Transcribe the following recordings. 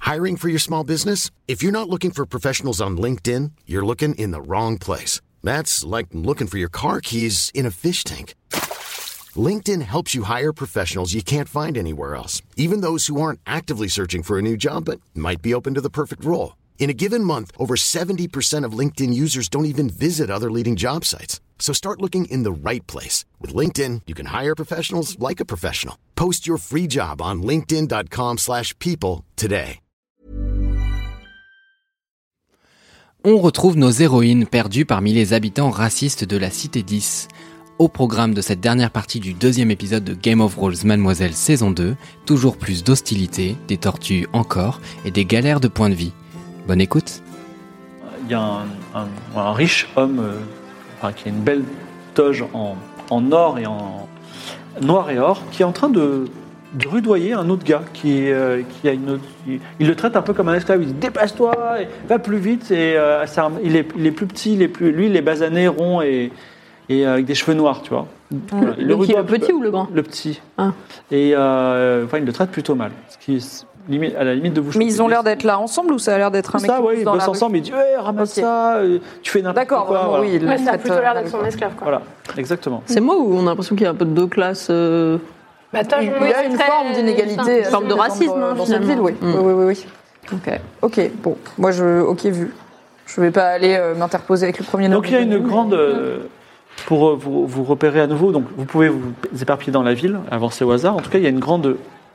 Hiring for your small business? If you're not looking for professionals on LinkedIn, you're looking in the wrong place. That's like looking for your car keys in a fish tank. LinkedIn helps you hire professionals you can't find anywhere else, even those who aren't actively searching for a new job but might be open to the perfect role. In a given month, over 70% of LinkedIn users don't even visit other leading job sites. So start looking in the right place. With LinkedIn, you can hire professionals like a professional. Post your free job on linkedin.com/people today. On retrouve nos héroïnes perdues parmi les habitants racistes de la Cité 10. Au programme de cette dernière partie du 2e épisode de Game of Thrones Mademoiselle saison 2, toujours plus d'hostilité, des tortues encore, et des galères de points de vie. Bonne écoute. Il y a un riche homme qui a une belle toge en or et en noir et or, qui est en train de rudoyer un autre gars qui a il le traite un peu comme un esclave. Il dit déplace-toi, va plus vite. Et il est plus petit, lui il est basané, rond et avec des cheveux noirs, tu vois. Le petit ou le grand ? Le petit. Ah. Et il le traite plutôt mal. Ce qui est à la limite de vous. Mais ils ont l'air d'être là ensemble ou ça a l'air d'être un mec ça, qui ils dans bossent la ensemble, il dit ramasse ça, tu fais n'importe quoi. D'accord, voilà. oui, il ça a plutôt l'air d'être son esclave, quoi. Voilà, exactement. C'est moi ou on a l'impression qu'il y a un peu de deux classes Bah, toi, Il y a une forme d'inégalité. Une forme de racisme, dans cette finalement. ville, oui. Oui. Ok, bon, moi vu. Je vais pas aller m'interposer avec le premier nom. Donc il y a une grande. Pour vous repérer à nouveau, donc vous pouvez vous éparpiller dans la ville, avancer au hasard. En tout cas, il y a une grande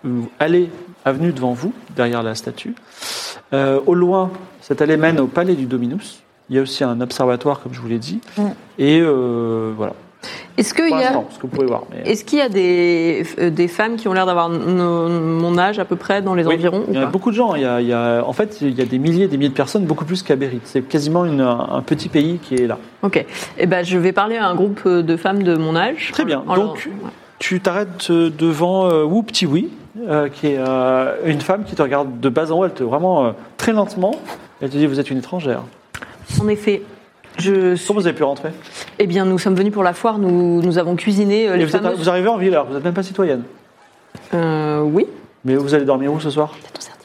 avenue devant vous, derrière la statue. Au loin, cette allée mène au palais du Dominus. Il y a aussi un observatoire, comme je vous l'ai dit. Et voilà. Est-ce qu'il Pour y a... l'instant, ce que vous pouvez voir. Mais... Est-ce qu'il y a des femmes qui ont l'air d'avoir mon âge à peu près dans les environs il y a beaucoup de gens. En fait, il y a des milliers de personnes, beaucoup plus qu'à Bérite. C'est quasiment un petit pays qui est là. Ok. Eh ben, je vais parler à un groupe de femmes de mon âge. Très bien. Donc, tu t'arrêtes devant Wu Petit Oui, qui est une femme qui te regarde de bas en haut. Elle te vraiment très lentement. Elle te dit vous êtes une étrangère. En effet. Comment vous avez pu rentrer ? Eh bien, nous sommes venus pour la foire. Nous avons cuisiné les fameuses... Vous arrivez en ville, alors vous n'êtes même pas citoyenne. Oui. Mais vous allez dormir où ce soir ?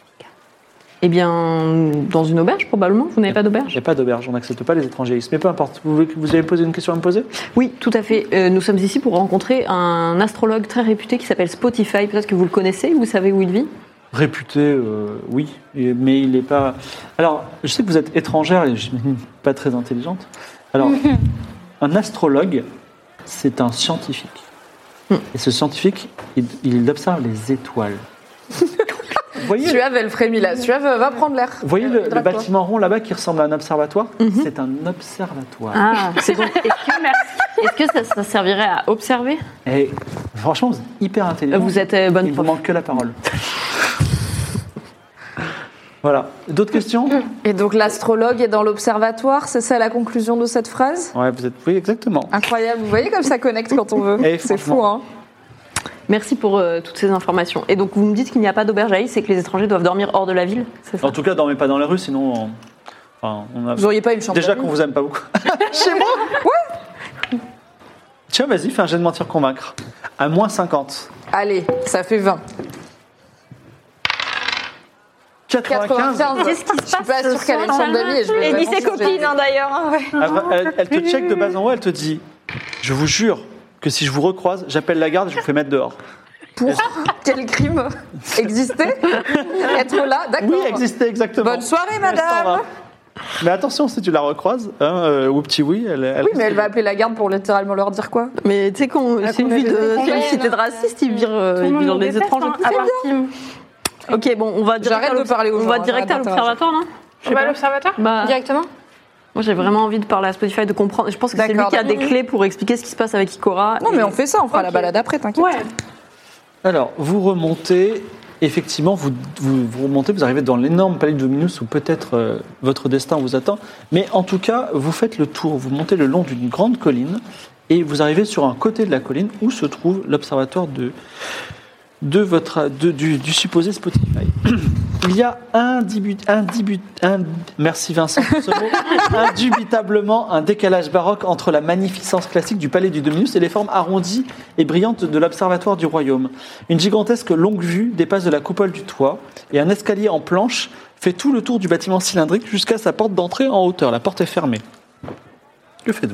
Eh bien, dans une auberge, probablement. Vous n'avez pas d'auberge ? Il n'y a pas d'auberge, on n'accepte pas les étrangers. Mais peu importe, vous avez posé une question à me poser ? Oui, tout à fait. Nous sommes ici pour rencontrer un astrologue très réputé qui s'appelle Spotify. Peut-être que vous le connaissez, vous savez où il vit ? Réputé, oui, mais il n'est pas... Alors, je sais que vous êtes étrangère et pas très intelligente. Alors, un astrologue, c'est un scientifique. Et ce scientifique, il observe les étoiles. Voyez, Suave, elle frémit là. Suave, va prendre l'air. Vous voyez le bâtiment rond là-bas qui ressemble à un observatoire ? C'est un observatoire. Ah, c'est donc... Est-ce que ça servirait à observer ? Et franchement, vous êtes hyper intelligent. Vous êtes bonne Il vous prof. manque que la parole. Voilà. D'autres questions ? Et donc l'astrologue est dans l'observatoire, c'est ça la conclusion de cette phrase ? Ouais, oui, exactement. Incroyable, vous voyez comme ça connecte quand on veut. Et C'est fou, franchement. hein ? Merci pour toutes ces informations. Et donc, vous me dites qu'il n'y a pas d'auberge à Is, c'est que les étrangers doivent dormir hors de la ville, c'est ça ? En tout cas, dormez pas dans la rue, sinon... on a... Vous auriez pas une chambre Déjà d'amis qu'on vous aime pas beaucoup. Chez moi ? Ouais. Tiens, vas-y, fais un jet de mentir convaincre. À moins 50. Allez, ça fait 20. 95. Qu'est-ce qui se Je suis passe pas sûre qu'elle ait une chambre d'amis. Et ni ses copines, hein, d'ailleurs. Hein, ouais. Elle te check de bas en haut, elle te dit je vous jure que si je vous recroise, j'appelle la garde et je vous fais mettre dehors. Pour quel crime existait ? Être là, d'accord. Oui, existait exactement. Bonne soirée, Elle s'en madame. va. Mais attention, si tu la recroises, ou petit oui, elle. Oui, mais elle va appeler la garde pour littéralement leur dire quoi ? Mais tu sais, c'est une cité de racistes, ils virent dans les étrangers. À part Tim. Ok, bon, on va direct J'arrête de parler aux gens. On va direct à l'observatoire, là ? On va à l'observatoire directement ? Moi, j'ai vraiment envie de parler à Spotify, de comprendre. Je pense que c'est lui D'accord, qui a des d'accord. clés pour expliquer ce qui se passe avec Ikora. Non, mais on fait ça, on fera la balade après, t'inquiète. Ouais. Alors, vous remontez. Effectivement, vous remontez, vous arrivez dans l'énorme palais de Dominus où peut-être votre destin vous attend. Mais en tout cas, vous faites le tour, vous montez le long d'une grande colline et vous arrivez sur un côté de la colline où se trouve l'observatoire du supposé Spotify. Il y a merci Vincent pour ce mot, indubitablement un décalage baroque entre la magnificence classique du palais du Dominus et les formes arrondies et brillantes de l'observatoire du royaume. Une gigantesque longue vue dépasse de la coupole du toit et un escalier en planche fait tout le tour du bâtiment cylindrique jusqu'à sa porte d'entrée en hauteur. La porte est fermée. Que faites-vous ?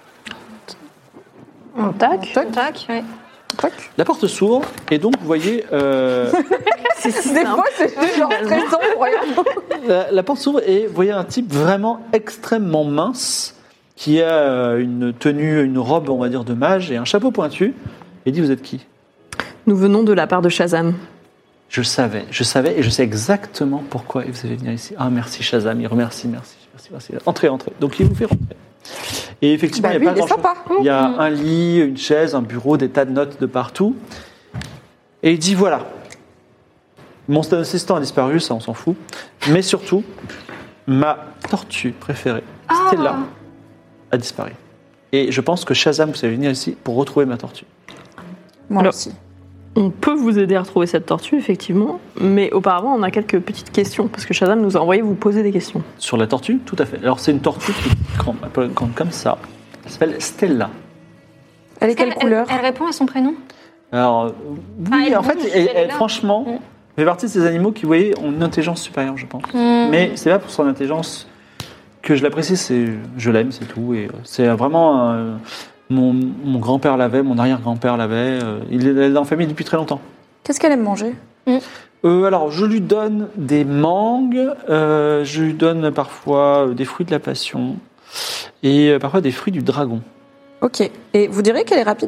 On tac, oui. La porte s'ouvre et donc vous voyez... Des fois, c'est genre stressant, croyant. La porte s'ouvre et vous voyez un type vraiment extrêmement mince qui a une tenue, une robe, on va dire, de mage et un chapeau pointu. Et dit, vous êtes qui ? Nous venons de la part de Shazam. Je savais et je sais exactement pourquoi vous allez venir ici. Ah, merci Shazam, il remercie, merci. Entrez. Donc il vous fait rentrer. Et effectivement, il n'y a pas grand-chose. Il y a un lit, une chaise, un bureau, des tas de notes de partout. Et il dit, voilà, mon assistant a disparu, ça on s'en fout. Mais surtout, ma tortue préférée, Stella, a disparu. Et je pense que Shazam, vous allez venir ici pour retrouver ma tortue. Moi aussi. On peut vous aider à retrouver cette tortue, effectivement, mais auparavant, on a quelques petites questions, parce que Shazam nous a envoyé vous poser des questions. Sur la tortue ? Tout à fait. Alors, c'est une tortue qui est grande comme ça. Elle s'appelle Stella. Elle est quelle couleur ? Elle répond à son prénom ? Alors, oui, en fait, elle franchement, fait partie de ces animaux qui, vous voyez, ont une intelligence supérieure, je pense. Mais c'est pas pour son intelligence que je l'apprécie, je l'aime, c'est tout. Et c'est vraiment... Mon grand-père l'avait, mon arrière-grand-père l'avait. Il est en famille depuis très longtemps. Qu'est-ce qu'elle aime manger ? Alors, je lui donne des mangues, je lui donne parfois des fruits de la passion et parfois des fruits du dragon. Ok. Et vous direz qu'elle est rapide ?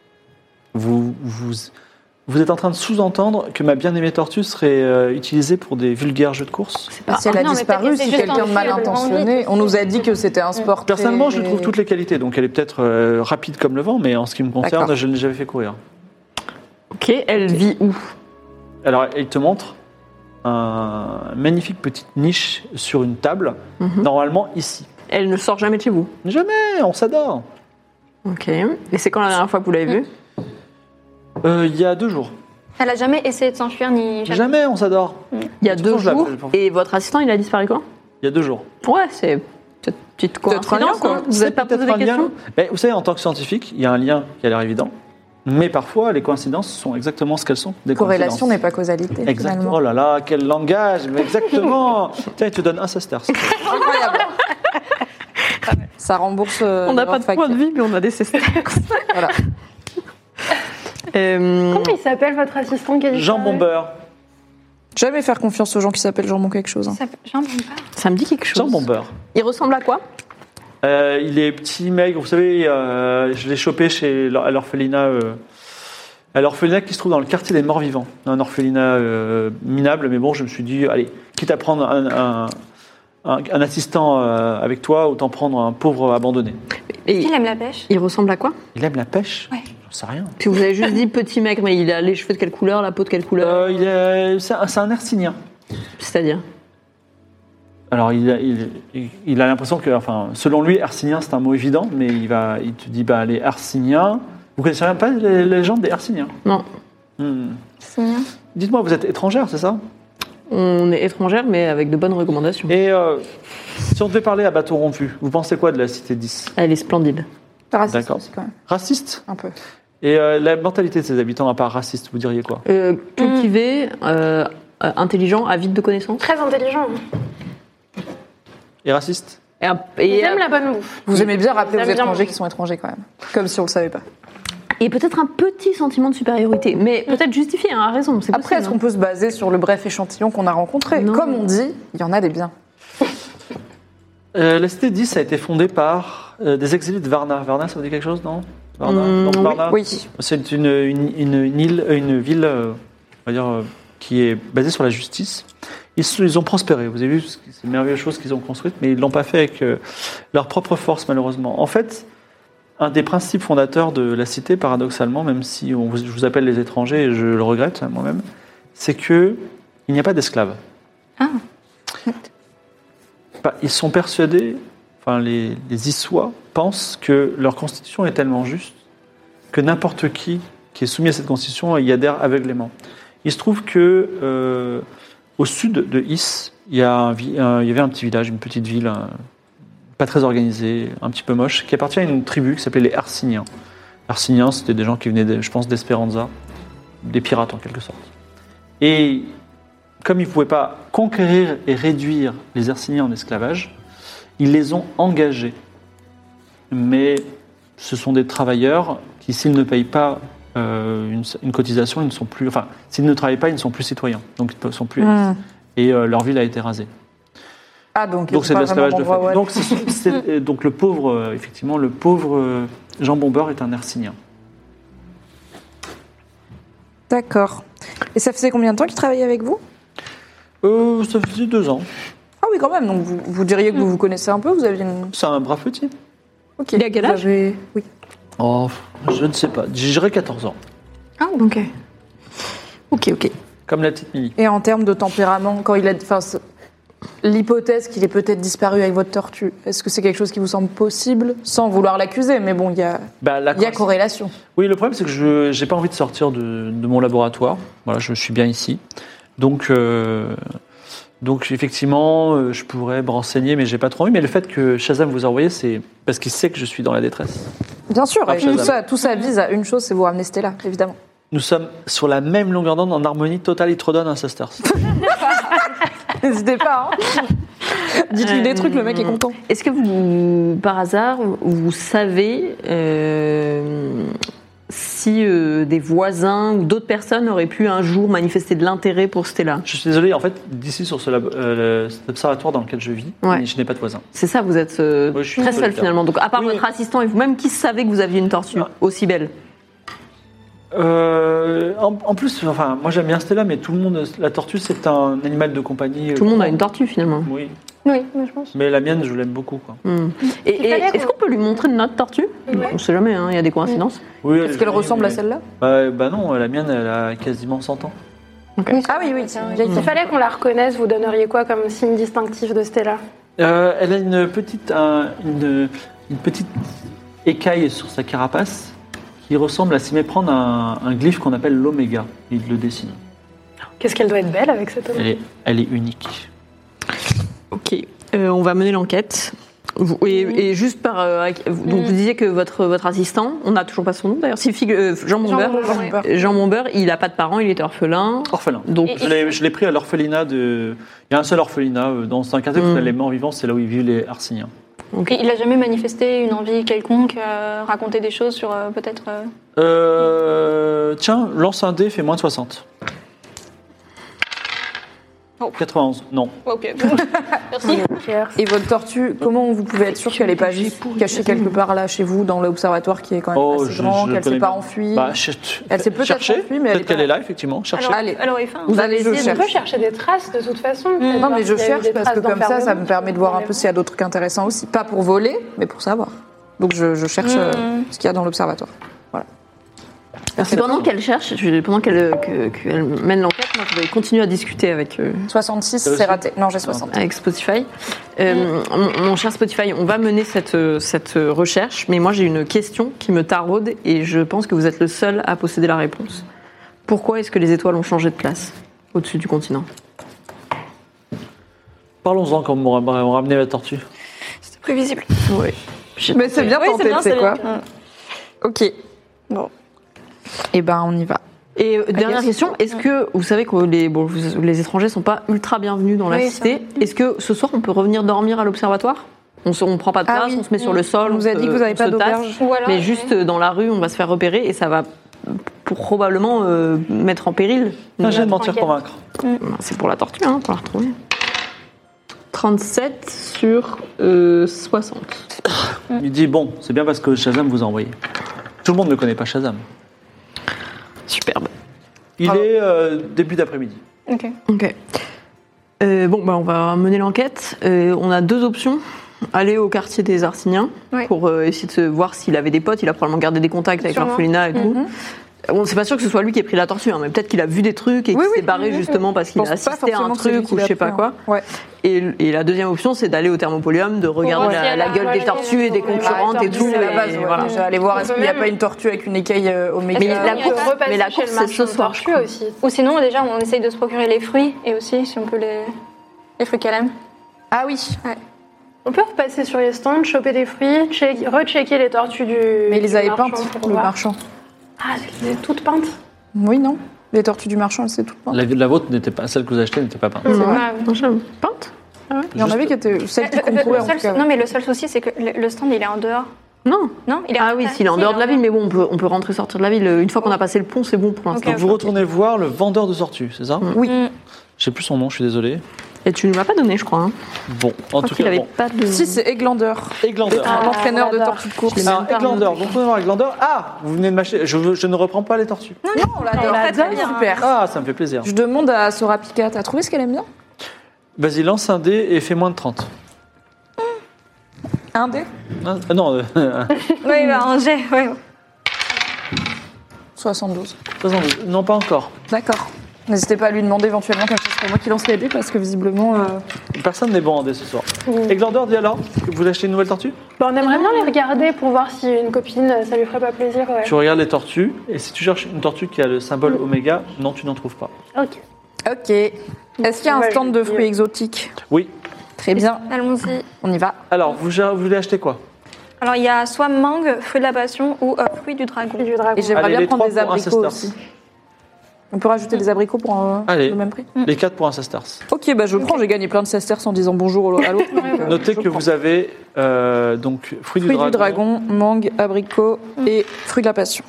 Vous êtes en train de sous-entendre que ma bien-aimée tortue serait utilisée pour des vulgaires jeux de course ? Si elle a disparu, si quelqu'un de mal intentionné, on nous a dit que c'était un sport très... Personnellement, je trouve toutes les qualités, donc elle est peut-être rapide comme le vent, mais en ce qui me concerne, D'accord. je ne l'ai jamais fait courir. Ok, elle vit où ? Alors, il te montre une magnifique petite niche sur une table, normalement ici. Elle ne sort jamais de chez vous ? Jamais, on s'adore. Ok. Et c'est quand la dernière fois que vous l'avez vue ? Il y a 2 jours. Elle a jamais essayé de s'enfuir ni Jamais, on s'adore. Il y a 2 jours. Et votre assistant, il a disparu quand ? Il y a 2 jours. Ouais, c'est peut-être petite coïncidence. quoi. Vous n'avez pas posé des questions ? Mais vous savez, en tant que scientifique, il y a un lien qui a l'air évident. Mais parfois, les coïncidences sont exactement ce qu'elles sont. Des Corrélation n'est pas causalité. Exactement. Finalement. Oh là là, quel langage. Mais exactement. Tiens, il te donne un sesterce. Incroyable. Ça rembourse. On n'a pas de points de vie, mais on a des sesterces. Voilà. Comment il s'appelle votre assistant qui a Jean disparu ? Bomber. Jamais faire confiance aux gens qui s'appellent Jambon quelque chose. Jean Bomber. Ça me dit quelque chose. Jean Bomber. Il ressemble à quoi ? Il est petit, maigre. Vous savez, je l'ai chopé à l'orphelinat. À l'orphelinat qui se trouve dans le quartier des morts vivants. Un orphelinat minable, mais bon, je me suis dit, allez, quitte à prendre un assistant avec toi, autant prendre un pauvre abandonné. Et Il aime la pêche. il ressemble à quoi ? Il aime la pêche ? Ouais. J'en sais rien. Puis vous avez juste dit petit mec, mais il a les cheveux de quelle couleur, la peau de quelle couleur ? C'est un hercynien. C'est-à-dire ? Alors, il a l'impression que, enfin, selon lui, hercynien, c'est un mot évident, mais il te dit, les hercyniens. Vous connaissez même pas les légendes des hercyniens ? Non. C'est mignon. Dites-moi, vous êtes étrangère, c'est ça ? On est étrangère, mais avec de bonnes recommandations. Et si on devait parler à bâton rompu, vous pensez quoi de la cité 10 ? Elle est splendide. Raciste D'accord. aussi, quand même. Raciste ? Un peu. Et la mentalité de ses habitants, à part raciste, vous diriez quoi ? Cultivé, intelligent, avide de connaissances. Très intelligent. Et raciste ? Ils aiment la bonne bouffe. Vous aimez bien rappeler Ils aux aiment bien étrangers manger. qui sont étrangers quand même. Comme si on le savait pas. Et peut-être un petit sentiment de supériorité, mais peut-être justifié, à raison. C'est Après, possible, est-ce qu'on peut se baser sur le bref échantillon qu'on a rencontré ? Non. Comme on dit, il y en a des biens. La cité 10 a été fondée par des exilés de Varna. Varna, ça vous dit quelque chose, non ? Varna, donc oui. Varna, Oui. c'est une ville, on va dire, qui est basée sur la justice. Ils ont prospéré. Vous avez vu ces merveilleuses choses qu'ils ont construites, mais ils ne l'ont pas fait avec leur propre force, malheureusement. En fait, un des principes fondateurs de la cité, paradoxalement, même si je vous appelle les étrangers, et je le regrette moi-même, c'est qu'il n'y a pas d'esclaves. Ah. Ils sont persuadés, enfin les Issois pensent que leur constitution est tellement juste que n'importe qui qui est soumis à cette constitution y adhère aveuglément. Il se trouve que au sud de Is, il y avait un petit village, une petite ville, pas très organisée, un petit peu moche, qui appartient à une tribu qui s'appelait les Arsiniens. Arsiniens, c'était des gens qui venaient, je pense, d'Espéranza, des pirates en quelque sorte. Et comme ils ne pouvaient pas conquérir et réduire les Arsiniens en esclavage, ils les ont engagés. Mais ce sont des travailleurs qui, s'ils ne payent pas une cotisation, ils ne sont plus. Enfin, s'ils ne travaillent pas, ils ne sont plus citoyens. Donc, ils ne sont plus. Et leur ville a été rasée. Ah, donc c'est de l'esclavage de fait. ouais. Donc, le pauvre, effectivement, le pauvre Jean Bombeur est un Arsinien. D'accord. Et ça faisait combien de temps qu'il travaillait avec vous ? Ça faisait 2 ans. Ah oui, quand même. Donc vous diriez que vous vous connaissez un peu, vous aviez une... C'est un brave petit. Ok. Il a quel âge ? Oui. Oh, je ne sais pas. J'irai 14 ans. Ah, ok. Ok. Comme la petite Milly. Et en termes de tempérament, quand il a... Enfin, l'hypothèse qu'il ait peut-être disparu avec votre tortue, est-ce que c'est quelque chose qui vous semble possible, sans vouloir l'accuser, mais bon, il y a corrélation. Oui, le problème, c'est que je n'ai pas envie de sortir de mon laboratoire. Voilà, je suis bien ici. Donc effectivement, je pourrais me renseigner, mais j'ai pas trop envie. Mais le fait que Shazam vous a envoyé, c'est parce qu'il sait que je suis dans la détresse. Bien sûr, Ah, et tout ça vise à une chose, c'est vous ramener Stella, évidemment. Nous sommes sur la même longueur d'onde, en harmonie totale. Il te redonne un Sisters. N'hésitez pas, hein. Dites-lui des trucs, le mec est content. Est-ce que vous, par hasard, vous savez si des voisins ou d'autres personnes auraient pu un jour manifester de l'intérêt pour Stella ? Je suis désolé, en fait, d'ici sur cet observatoire dans lequel je vis, je n'ai pas de voisins. C'est ça, vous êtes je suis très seul finalement. Donc, à part votre assistant et vous-même, qui savait que vous aviez une tortue aussi belle ? En plus, enfin, moi j'aime bien Stella, mais tout le monde, la tortue, c'est un animal de compagnie. Tout le monde a une tortue finalement. Oui. Oui, je pense. Mais la mienne, je l'aime beaucoup, quoi. Et est-ce qu'on peut lui montrer notre tortue ? On ne sait jamais, il y a des coïncidences. Oui, Est-ce qu'elle ressemble à celle-là ? Bah non, la mienne, elle a quasiment 100 ans. Okay. Ah oui. S'il fallait qu'on la reconnaisse, vous donneriez quoi comme signe distinctif de Stella ? Elle a une petite écaille sur sa carapace qui ressemble à s'y méprendre à un glyphe qu'on appelle l'oméga. Il le dessine. Qu'est-ce qu'elle doit être belle avec cette oméga ? Elle est unique. Ok, on va mener l'enquête. Et juste par... donc vous disiez que votre assistant, on n'a toujours pas son nom d'ailleurs, Jean Bombeur, il n'a pas de parents, il est orphelin. Orphelin. Donc je l'ai pris à l'orphelinat de... Il y a un seul orphelinat dans un quartier où les morts vivants, c'est là où ils vivent les Arsiniens. Okay. Et il n'a jamais manifesté une envie quelconque, raconter des choses sur peut-être... Tiens, lance un dé, fait moins de 60. Oh. 91, non. Ok, merci. Et votre tortue, comment vous pouvez être sûr qu'elle n'est pas juste cachée quelque part là chez vous, dans l'observatoire qui est quand même assez grand, qu'elle ne s'est pas enfuie ? Elle s'est peut-être enfuie, mais peut-être qu'elle est là, effectivement. Cherchez. Alors, vous allez essayer de chercher des traces de toute façon. Non, mais je cherche parce que comme ça me permet de voir un peu s'il y a d'autres trucs intéressants aussi. Pas pour voler, mais pour savoir. Donc je cherche ce qu'il y a dans l'observatoire. Voilà. Pendant qu'elle cherche, pendant qu'elle mène l'enquête, moi je vais continuer à discuter avec... 66, c'est raté. Non, j'ai 60. Avec Spotify. Mon cher Spotify, on va mener cette recherche, mais moi j'ai une question qui me taraude et je pense que vous êtes le seul à posséder la réponse. Pourquoi est-ce que les étoiles ont changé de place au-dessus du continent ? Parlons-en quand on m'a ramené la tortue. C'était prévisible. Oui. Mais c'est bien tenté, c'est quoi ? Ok. Bon. Eh ben, on y va. Et dernière question, est-ce que vous savez que les étrangers sont pas ultra bienvenus dans la cité ? Est-ce que ce soir on peut revenir dormir à l'observatoire ? On prend pas de place, on se met sur le sol. On vous a dit que vous n'avez pas d'auberge. Mais juste dans la rue, on va se faire repérer et ça va probablement mettre en péril. J'ai de mentir convaincre. C'est pour la tortue, pour la retrouver. 37 sur 60. Il dit bon, c'est bien parce que Shazam vous a envoyé. Tout le monde ne connaît pas Shazam. Superbe. Il est début d'après-midi. Ok. On va mener l'enquête. On a 2 options. Aller au quartier des Arsiniens pour essayer de voir s'il avait des potes. Il a probablement gardé des contacts avec l'orphelinat et tout. Bon, c'est pas sûr que ce soit lui qui ait pris la tortue, hein, mais peut-être qu'il a vu des trucs et qu'il s'est barré justement parce qu'il a assisté à un truc ou je sais pas quoi. Ouais. Et la deuxième option, c'est d'aller au thermopolium, de regarder la gueule des tortues et des concurrentes et tout. C'est la base, voilà. déjà aller voir est-ce qu'il n'y a pas une tortue avec une écaille oméga. Mais la course, c'est ce soir. Aussi. Ou sinon, déjà, on essaye de se procurer les fruits et aussi, si on peut les fruits qu'elle aime. Ah oui. Ouais. On peut repasser sur les stands, choper des fruits, rechecker les tortues du. Mais ils les avaient marchand peintes, pour le voir. marchand. Ah, c'est toutes peintes. Oui, non. Les tortues du marchand, elles étaient toutes peintes. La vôtre n'était pas, celle que vous achetez n'était pas peinte. Peinte. Il y en avait qui étaient celles qui concouraient en tout cas. Non, mais le seul souci, c'est que le stand, il est en dehors. Non. Non, il est Ah oui, s'il est en dehors de la ville, mais bon, on peut rentrer, sortir de la ville. Une fois qu'on a passé le pont, c'est bon pour l'instant. Donc vous retournez voir le vendeur de tortues, c'est ça? Oui. Je sais plus son nom, je suis désolé. Et tu ne m'as pas donné, je crois. Hein. Bon, en tout cas, bon. Pas de... Si, c'est Eglander. Eglander. L'entraîneur de tortues de course. Alors, Eglander, donc vous pouvez voir Eglander. Ah, vous venez de m'acheter. Je ne reprends pas les tortues. Non, on l'adore. très bien. Super. Ah, ça me fait plaisir. Je demande à Sora Pika, t'as trouvé ce qu'elle aime bien? Vas-y, lance un dé et fais moins de 30. Un dé? Ah, non, Oui, bah, un jet, ouais. 72. non, pas encore. D'accord. N'hésitez pas à lui demander éventuellement, comme ça c'est pour moi qui lance les dés, parce que visiblement... Personne n'est bon en dé ce soir. Eglander, dis alors, vous achetez une nouvelle tortue? Bon, on aimerait bien les regarder pour voir si une copine, ça lui ferait pas plaisir. Ouais. Tu regardes les tortues, et si tu cherches une tortue qui a le symbole oméga, non, tu n'en trouves pas. Ok. Ok. Est-ce qu'il y a un stand de fruits exotiques? Oui. Très bien. Allons-y. On y va. Alors, vous voulez acheter quoi? Alors, il y a soit mangue, fruit de la passion ou fruit du dragon. Et j'aimerais Allez, bien les prendre trois des pour un abricots Cestars. aussi. On peut rajouter des abricots pour Allez. le même prix? Les 4 pour un Cestars. Ok, bah je prends, j'ai gagné plein de Cestars en disant bonjour à l'autre. Notez que vous avez donc fruit Fruits du dragon, mangue, abricot et fruits de la passion.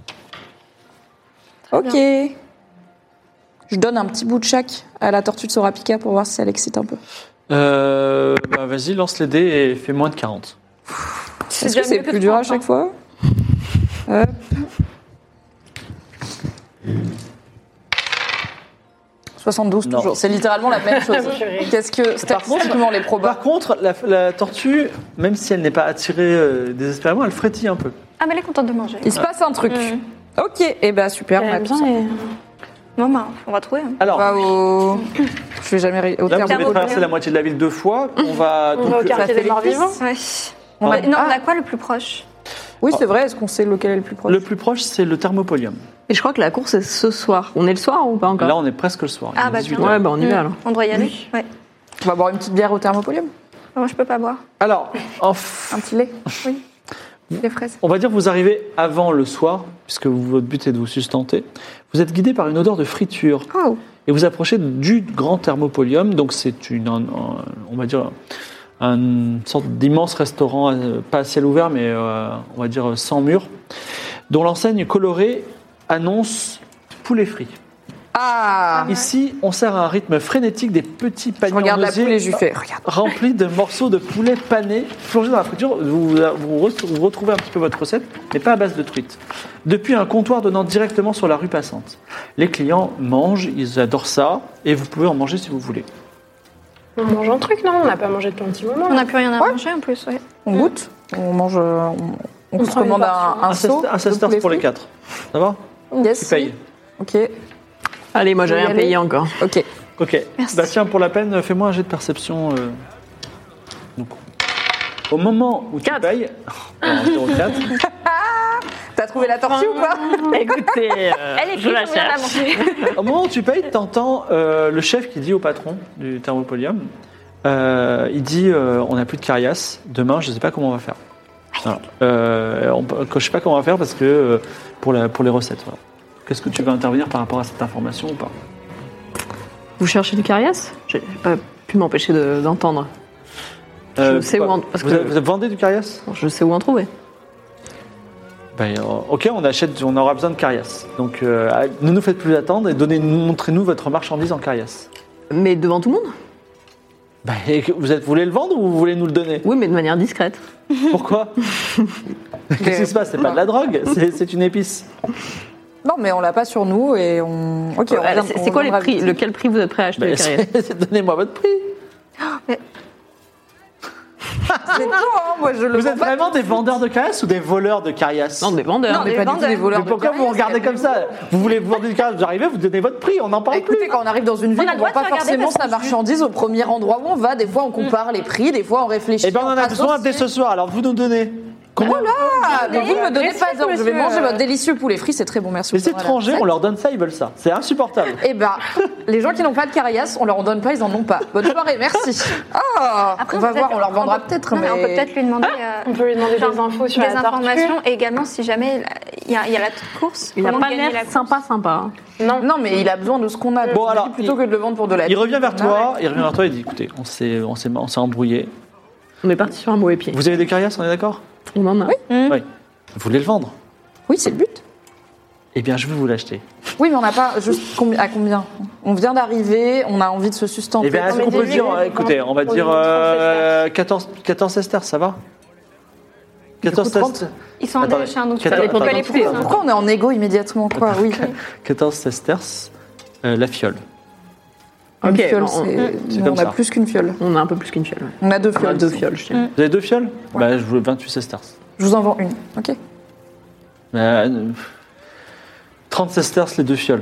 Ok. Je donne un petit bout de chaque à la tortue de Sora Pika pour voir si elle excite un peu. Vas-y, lance les dés et fais moins de 40. Est-ce que déjà c'est mieux que plus dur à 30, chaque fois? Hop. 72 Non. toujours. C'est littéralement la même chose. Qu'est-ce que statistiquement les probas? Par contre, la tortue, même si elle n'est pas attirée désespérément, elle frétille un peu. Ah, mais elle est contente de manger. Il se passe un truc. Ok, et bah super. On a tout ça. Bon, bah, on va trouver. Alors, On va au... Je vais jamais au là, vous avez thermopole. traversé la moitié de la ville 2 fois. On va On va au donc, quartier fait des morts vivants. Ouais. On a- Non, on Ah. a quoi le plus proche? Oui, c'est vrai. Est-ce qu'on sait lequel est le plus proche? le plus proche, c'est le thermopolium. Et je crois que la course est ce soir. On est le soir ou pas encore? Là, on est presque le soir. Il est Ah, bah, 18 tiens. heures. Ouais, bah on y va alors. On doit y aller? Ouais. On va boire une petite bière au thermopolium. Moi, je peux pas boire. Alors, Un petit lait. Les fraises. on va dire que vous arrivez avant le soir, puisque votre but est de vous sustenter. Vous êtes guidé par une odeur de friture. Oh. Et vous approchez du grand thermopolium. Donc, c'est on va dire, une sorte d'immense restaurant, pas à ciel ouvert, mais on va dire sans mur, dont l'enseigne colorée annonce poulet frit. Ah. Ici, on sert à un rythme frénétique des petits Je paniers regarde en la osier poule et je lui fais. Regarde. remplis de morceaux de poulet pané plongés dans la friture. Vous retrouvez un petit peu votre recette, mais pas à base de truite. Depuis un comptoir donnant directement sur la rue passante. Les clients mangent, ils adorent ça, et vous pouvez en manger si vous voulez. On mange un truc, non? On n'a pas mangé depuis un petit moment. On n'a plus rien à manger en plus, ouais. On goûte. On mange. On se prend une commande portion. un seau. Un Cestars pour les 4. Ça va? Yes. Tu payes. Ok. Allez, moi j'ai Vous y rien allez payé encore. Ok. Ok. Merci. Bah tiens, pour la peine, fais-moi un jet de perception. Donc, au moment où tu payes... Alors, 0,4. T'as trouvé la tortue ou pas? Écoutez, Elle est je la combien la cherche. manger? Au moment où tu payes, t'entends le chef qui dit au patron du thermopolium, il dit on n'a plus de carias, demain je ne sais pas comment on va faire. Voilà. Je sais pas comment on va faire parce que pour les recettes. Voilà. Qu'est-ce que tu veux intervenir par rapport à cette information ou pas? Vous cherchez du carias? J'ai pas pu m'empêcher d'entendre. Je sais pourquoi où en- parce vous, que- vous vendez du carias? Je sais où en trouver. Ben, ok, on aura besoin de carias. Donc ne nous faites plus attendre et montrez-nous votre marchandise en carias. Mais devant tout le monde? Ben, vous voulez le vendre ou vous voulez nous le donner? Oui, mais de manière discrète. Pourquoi? Qu'est-ce qui se passe? C'est pas de la drogue, c'est une épice. Non, mais on l'a pas sur nous et on. Ok. on revient- C'est on quoi les reviendra prix? vite. Lequel prix vous êtes prêt à acheter Ben, le carias? Donnez-moi votre prix. C'est tout, hein. Moi, je le Vous vends êtes pas. vraiment des vendeurs de caillasse ou des voleurs de caillasse? Non, des vendeurs. Non, on n'est des pas du tout vendeurs. des voleurs. Mais pourquoi de vous regardez comme ça? Vous voulez vous vendre une caillasse, vous arrivez, vous donnez votre prix, on n'en parle plus. Écoutez, quand on arrive dans une ville, On a on le ne vend droit de pas se regarder forcément parce sa qu'on marchandise au premier endroit où on va. Des fois, on compare les prix, des fois, on réfléchit. Eh bien, on en a besoin dès ce soir, alors vous nous donnez. Combien? Ah, mais vous ne me donnez pas d'ordre. Je vais monsieur. manger votre délicieux poulet frit, c'est très bon, merci. Les beaucoup. étrangers, Voilà. on leur donne ça, ils veulent ça. C'est insupportable. Eh ben, les gens qui n'ont pas de carias, on leur en donne pas, ils en ont pas. Bonne soirée, merci. Ah, Après, on va peut-être- voir, on leur vendra peut-être, Non, mais on peut peut-être lui demander On peut lui demander genre, des infos sur des la tortue. informations et également si jamais il y a la course. Il a comment pas gagner la l'air course. sympa. Non. Non, mais il a besoin de ce qu'on a. Bon, Donc, alors, plutôt que de le vendre pour de la Il revient vers Ah, toi, et dit écoutez, on s'est embrouillé. On est parti sur un mauvais pied. Vous avez des caillasse, on est d'accord? On en a. Oui. Vous voulez le vendre? Oui, c'est le but. Eh bien, je vais vous l'acheter. Oui, mais on n'a pas juste à combien. On vient d'arriver, on a envie de se sustenter. Eh bien, est-ce mais qu'on peut dis-lui, dire, comment écoutez, on va on dire lui dit 14 sesterces, ça va? 14 30. sesterces. Ils sont Attendez, allés chez un autre. ça dépend Pourquoi des les prix, hein. Pourquoi on est en égo immédiatement, quoi? Oui. 14 sesterces, la fiole. Une Ok, fiole, bon, c'est. c'est Non, comme on a ça. plus qu'une fiole. On a un peu plus qu'une fiole. On a deux On a fioles. 2 fioles, je dirais. Vous avez 2 fioles? Bah, je veux 28 sesterces. Je vous en vends une. Ok. 30 sesterces, les 2 fioles.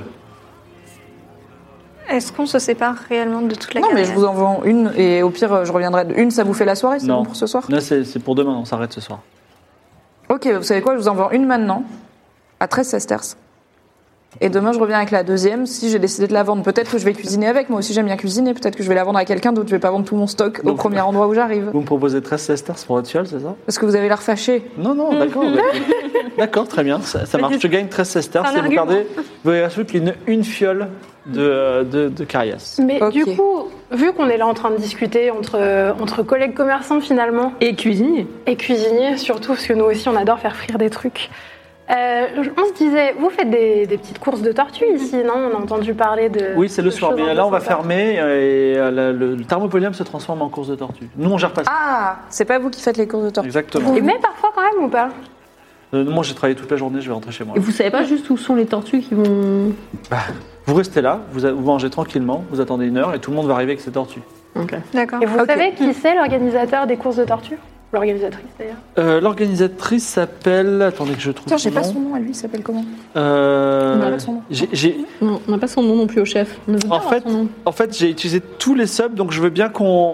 Est-ce qu'on se sépare réellement de toute la Non, mais carrière je vous en vends une et au pire, je reviendrai. Une, ça vous fait la soirée, c'est Non. bon pour ce soir? Là, c'est pour demain, on s'arrête ce soir. Ok, vous savez quoi? Je vous en vends une maintenant, à 13 sesterces. Et demain, je reviens avec la deuxième si j'ai décidé de la vendre. Peut-être que je vais cuisiner avec. Moi aussi, j'aime bien cuisiner. Peut-être que je vais la vendre à quelqu'un d'autre. Je vais pas vendre tout mon stock au Donc- premier endroit où j'arrive. Vous me proposez 13 sesterces pour votre fiole, c'est ça? Parce que vous avez l'air fâché. Non, non, d'accord. D'accord, très bien, ça marche. Je gagne 13 sesterces C'est un et vous argument. rajoutez une fiole de carias. Mais Ok. du coup, vu qu'on est là en train de discuter entre collègues commerçants finalement, Et cuisinier. et cuisiniers surtout, parce que nous aussi on adore faire frire des trucs, on se disait, vous faites des petites courses de tortues ici, non? On a entendu parler de... Oui, c'est le de soir, choses mais un là peu on va sympas. fermer et le thermopolium se transforme en course de tortue. Nous on gère pas ça. Ah, c'est pas vous qui faites les courses de tortue. Exactement. Et mais parfois quand même ou pas? Moi j'ai travaillé toute la journée, je vais rentrer chez moi. Et vous savez pas juste où sont les tortues qui vont. Vous restez là, vous mangez tranquillement, vous attendez 1 heure et tout le monde va arriver avec ses tortues. Ok. D'accord. Et vous Ok. savez qui c'est l'organisateur des courses de tortues? L'organisatrice d'ailleurs. L'organisatrice s'appelle... Attendez que je trouve Tiens, j'ai pas nom. son nom à lui, il s'appelle comment? On a a pas son nom. Non, on n'a pas son nom non plus au chef. On ne veut pas En avoir fait, son nom. j'ai utilisé tous les subs, donc je veux bien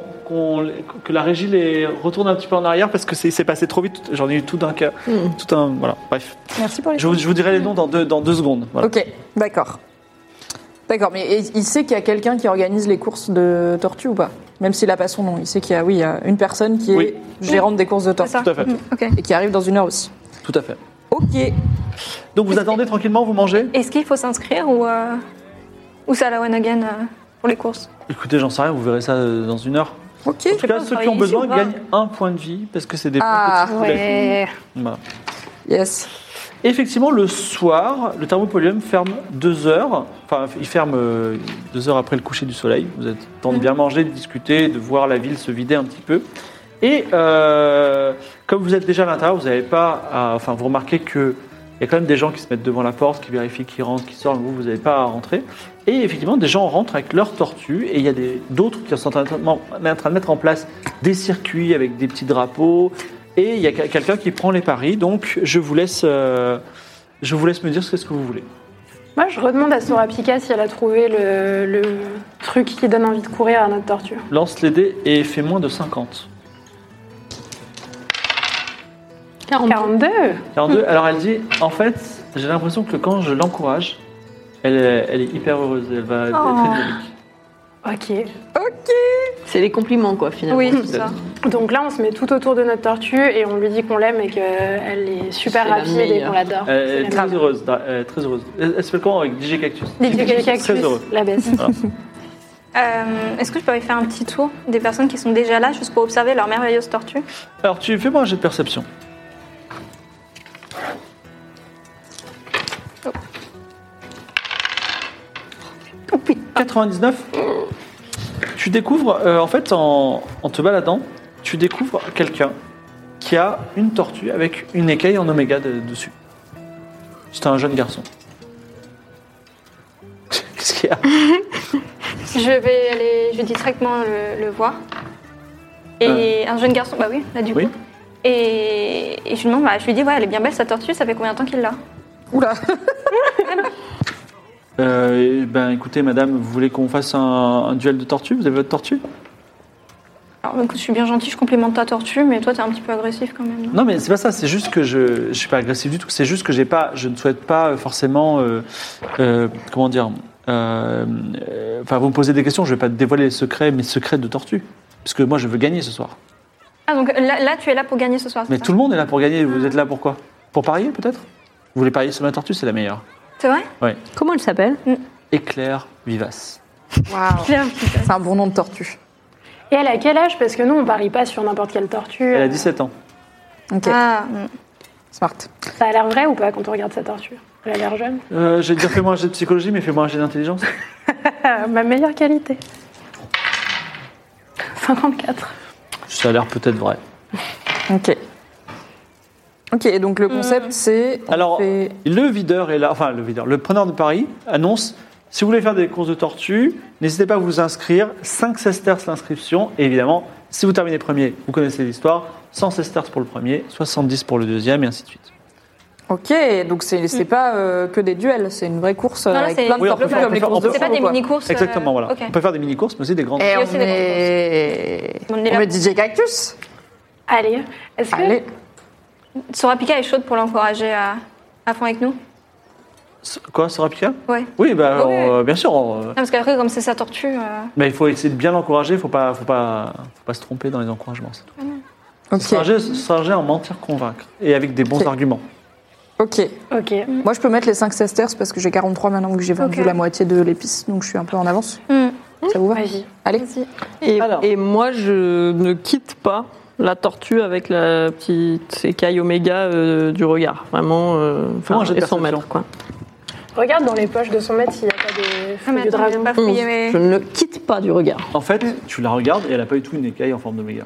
que la régie les retourne un petit peu en arrière parce que c'est passé trop vite. J'en ai eu tout d'un cas, voilà. Bref, Merci pour les je vous dirai les noms dans deux secondes. Voilà. Ok, d'accord. D'accord, mais il sait qu'il y a quelqu'un qui organise les courses de tortues ou pas? Même s'il n'a pas son nom, il sait qu'il y a, oui, il y a une personne qui Oui. est gérante des courses de C'est tortues ça. Tout à fait. Ok. et qui arrive dans 1 heure aussi. Tout à fait. Ok. Donc vous attendez tranquillement, vous mangez. Est-ce qu'il faut s'inscrire ou c'est à la one again pour les courses? Écoutez, j'en sais rien, vous verrez ça dans 1 heure. Ok. En tout cas, vous ceux qui travaillez ont besoin ici ou pas gagnent 1 point de vie parce que c'est des Ah, petits poulets. Ouais. Voilà. Yes. Et effectivement, le soir, le thermopolium ferme 2 heures. Enfin, il ferme 2 heures après le coucher du soleil. Vous avez le temps de bien manger, de discuter, de voir la ville se vider un petit peu. Et comme vous êtes déjà à l'intérieur, vous n'avez pas enfin, vous remarquez qu'il y a quand même des gens qui se mettent devant la porte, qui vérifient qui rentre, qui sort, mais vous n'avez pas à rentrer. Et effectivement, des gens rentrent avec leurs tortues, et il y a d'autres qui sont en train de mettre en place des circuits avec des petits drapeaux, et il y a quelqu'un qui prend les paris. Donc, je vous laisse me dire ce que vous voulez. Moi je redemande à Sorapika si elle a trouvé le truc qui donne envie de courir à notre tortue. Lance les dés et fais moins de 50. 42. 42. Alors, elle dit, en fait, j'ai l'impression que quand je l'encourage, elle est hyper heureuse, elle va être très dynamique. Ok. C'est les compliments, quoi, finalement. Oui, c'est ça. Donc là on se met tout autour de notre tortue et on lui dit qu'on l'aime et qu'elle est super C'est la rapide et meilleure. qu'on l'adore. Elle C'est est la très meilleure. heureuse. Elle s'appelle comment avec DJ Cactus? DJ Cactus, Très heureux. la baisse. Est-ce que je peux aller faire un petit tour des personnes qui sont déjà là, juste pour observer leur merveilleuse tortue? Alors, fais-moi un jet de perception. Oh putain. 99. Tu découvres, en fait, en te baladant, tu découvres quelqu'un qui a une tortue avec une écaille en oméga dessus. C'est un jeune garçon. Qu'est-ce qu'il y a? Je vais directement le voir. Et un jeune garçon, bah oui, là du Oui. coup. Et je lui demande, je lui dis, ouais, elle est bien belle sa tortue, ça fait combien de temps qu'il l'a? Oula. Écoutez, madame, vous voulez qu'on fasse un duel de tortue? Vous avez votre tortue? Alors écoute, je suis bien gentille, je complimente ta tortue, mais toi t'es un petit peu agressif quand même. Non, mais c'est pas ça, c'est juste que je suis pas agressif du tout, c'est juste que je ne souhaite pas forcément, comment dire, vous me posez des questions, je vais pas dévoiler mes secrets de tortue, parce que moi je veux gagner ce soir. Ah donc là tu es là pour gagner ce soir, c'est Mais ça? tout le monde est là pour gagner, vous êtes là pour quoi? Pour parier peut-être? Vous voulez parier sur ma tortue, c'est la meilleure. C'est vrai? Comment elle s'appelle? Éclair vivace. Waouh. C'est un bon nom de tortue. Et elle a quel âge? Parce que nous, on parie pas sur n'importe quelle tortue. Elle a 17 ans. Ok. Ah, Smart. Ça a l'air vrai ou pas quand on regarde sa tortue? Elle a l'air jeune. J'ai dit fais-moi un jet de psychologie, mais fais-moi un jet d'intelligence. Ma meilleure qualité. 54. Ça a l'air peut-être vrai. Ok. Ok, et donc le concept c'est. Alors, le videur est là, le preneur de paris annonce si vous voulez faire des courses de tortue, n'hésitez pas à vous inscrire. 5 sesterces l'inscription. Et évidemment, si vous terminez premier, vous connaissez l'histoire. 100 sesterces pour le premier, 70 pour le deuxième, et ainsi de suite. Ok, donc c'est pas que des duels, c'est une vraie course Non, là, avec c'est- plein de Oui, on tortues peut faire- comme les on peut courses de faire- c'est pas chevaux, des quoi. mini-courses. Exactement, voilà. Ok. On peut faire des mini-courses, mais aussi des grandes. Et Il y a on aussi des est... On est là. On met DJ Cactus. Allez. Est-ce que Allez. Sorapika est chaude pour l'encourager à fond avec nous. Quoi, Sorapika? Ouais. Oui, Ouais. bien sûr. Non, parce qu'après, comme c'est sa tortue. Mais il faut essayer de bien l'encourager, faut pas se tromper dans les encouragements, c'est tout. Ok. S'arranger en mentir, convaincre, et avec des bons Ok. arguments. Ok. Ok. Moi je peux mettre les 5 sesterces parce que j'ai 43 maintenant que j'ai vendu Ok. la moitié de l'épice, donc je suis un peu en avance. Ça vous va? Vas-y. Allez. Et moi, je ne quitte pas la tortue avec la petite écaille oméga du regard. Vraiment, Fais-moi un jet de et son perception. maître, quoi. Regarde dans les poches de son maître s'il n'y a pas des Ah, mais feuilles de attends, j'ai dragon. pas 11. fouillé mes. Je ne quitte pas du regard. En fait, tu la regardes et elle a pas du tout une écaille en forme d'oméga.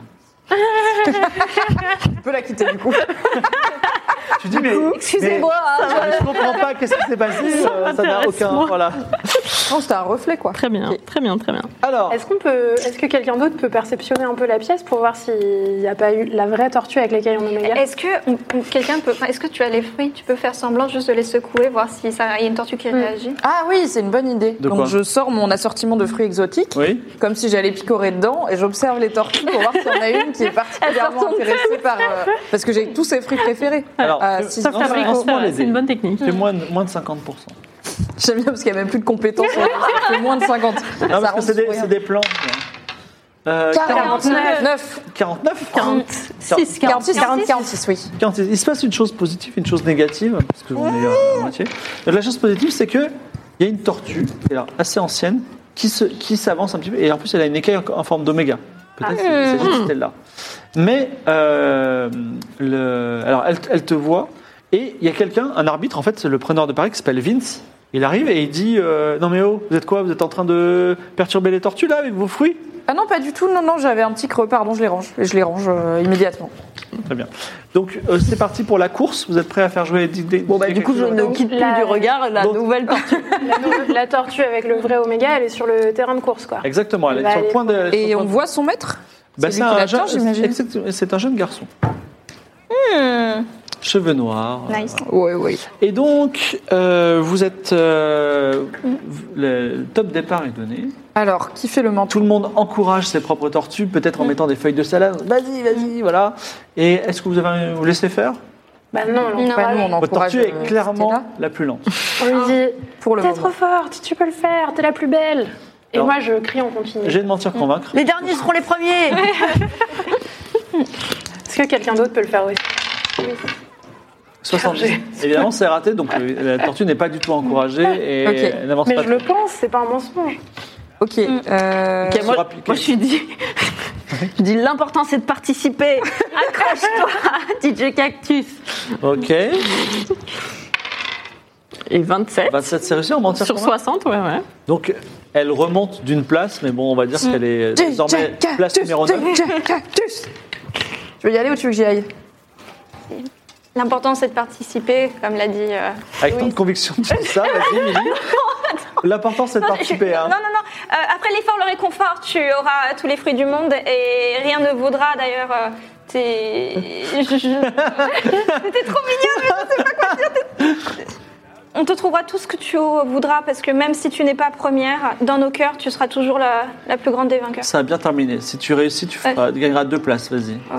Tu peux la quitter du coup. Tu dis, mais. Excusez-moi. Mais je comprends pas, qu'est-ce qui s'est passé? Ça n'a aucun. moi. Voilà. Non, c'était un reflet quoi. Très bien, très bien, très bien. Alors, Est-ce que quelqu'un d'autre peut perceptionner un peu la pièce pour voir s'il n'y a pas eu la vraie tortue avec l'écaille en oméga? Est-ce que quelqu'un peut. Est-ce que tu as les fruits? Tu peux faire semblant juste de les secouer, voir si ça y a une tortue qui réagit. Ah oui, c'est une bonne idée. De Donc quoi je sors mon assortiment de fruits exotiques, oui. comme si j'allais picorer dedans, et j'observe les tortues pour voir s'il y en a une qui est particulièrement intéressée par... parce que j'ai tous ses fruits préférés. Alors, Si, non, Fabrique, lance-moi les c'est dés. une bonne technique. Fais moins de 50%. J'aime bien parce qu'il n'y a même plus de compétences. Ça fait moins de 50. Non, parce que c'est des plans. 49. 49 46, 46, oui. 46. Il se passe une chose positive, une chose négative, parce que on est à moitié. La chose positive, c'est que il y a une tortue, alors, assez ancienne, qui s'avance un petit peu, et en plus elle a une écaille en forme d'oméga. Peut-être qu'il s'agit de celle-là. Mais alors elle te voit, et il y a quelqu'un, un arbitre, en fait, c'est le preneur de paris qui s'appelle Vince. Il arrive et il dit non mais oh, vous êtes quoi? Vous êtes en train de perturber les tortues là avec vos fruits? Ah non, pas du tout. Non, j'avais un petit creux. Pardon, je les range. Et je les range immédiatement. Très bien. Donc c'est parti pour la course. Vous êtes prêts à faire jouer des Bon, bah, du coup, je ne quitte plus du regard la Donc- nouvelle tortue. La tortue avec le vrai oméga, elle est sur le terrain de course, quoi. Exactement. Elle Elle est va sur le aller point de. Et on voit son maître? Bah, C'est lui qui l'attend, j'imagine. C'est un jeune garçon. Cheveux noirs. Nice. Oui. Et donc, vous êtes. Le top départ est donné. Alors, qui fait le menton? Tout le monde encourage ses propres tortues, peut-être en mettant des feuilles de salade. Vas-y, voilà. Et est-ce que vous laissez faire? Bah non, Non. Bah, nous, on Votre encourage. tortue est clairement Stella. la plus lente. on lui dit Pour le t'es moment. trop forte, tu peux le faire, t'es la plus belle. Et Alors, moi, je crie en continu. J'ai de mentir convaincre. Les derniers seront les premiers. Est-ce que quelqu'un d'autre peut le faire aussi? 70. Évidemment, c'est raté, donc la tortue n'est pas du tout encouragée et Ok. elle n'avance Mais pas. je le pense, c'est pas un mensonge. Ok. Ok, moi, Sera appliqué. moi, je dis l'important c'est de participer. Accroche-toi, DJ Cactus. Ok. Et 27 27, c'est réussi en mentir sur convaincre. 60, ouais. Donc, elle remonte d'une place, mais bon, on va dire qu'elle est désormais place numéro 9. Cactus. Tu veux y aller ou tu veux que j'y aille? L'important c'est de participer, comme l'a dit. Avec tant de conviction, tu dis ça, vas-y, Émilie. L'important, c'est de participer. Hein. Non. Après l'effort, le réconfort, tu auras tous les fruits du monde et rien ne vaudra d'ailleurs. T'es trop mignon, mais je sais pas quoi dire. On te trouvera tout ce que tu voudras parce que même si tu n'es pas première, dans nos cœurs, tu seras toujours la plus grande des vainqueurs. Ça a bien terminé. Si tu réussis, tu gagneras 2 places. Vas-y. Oh.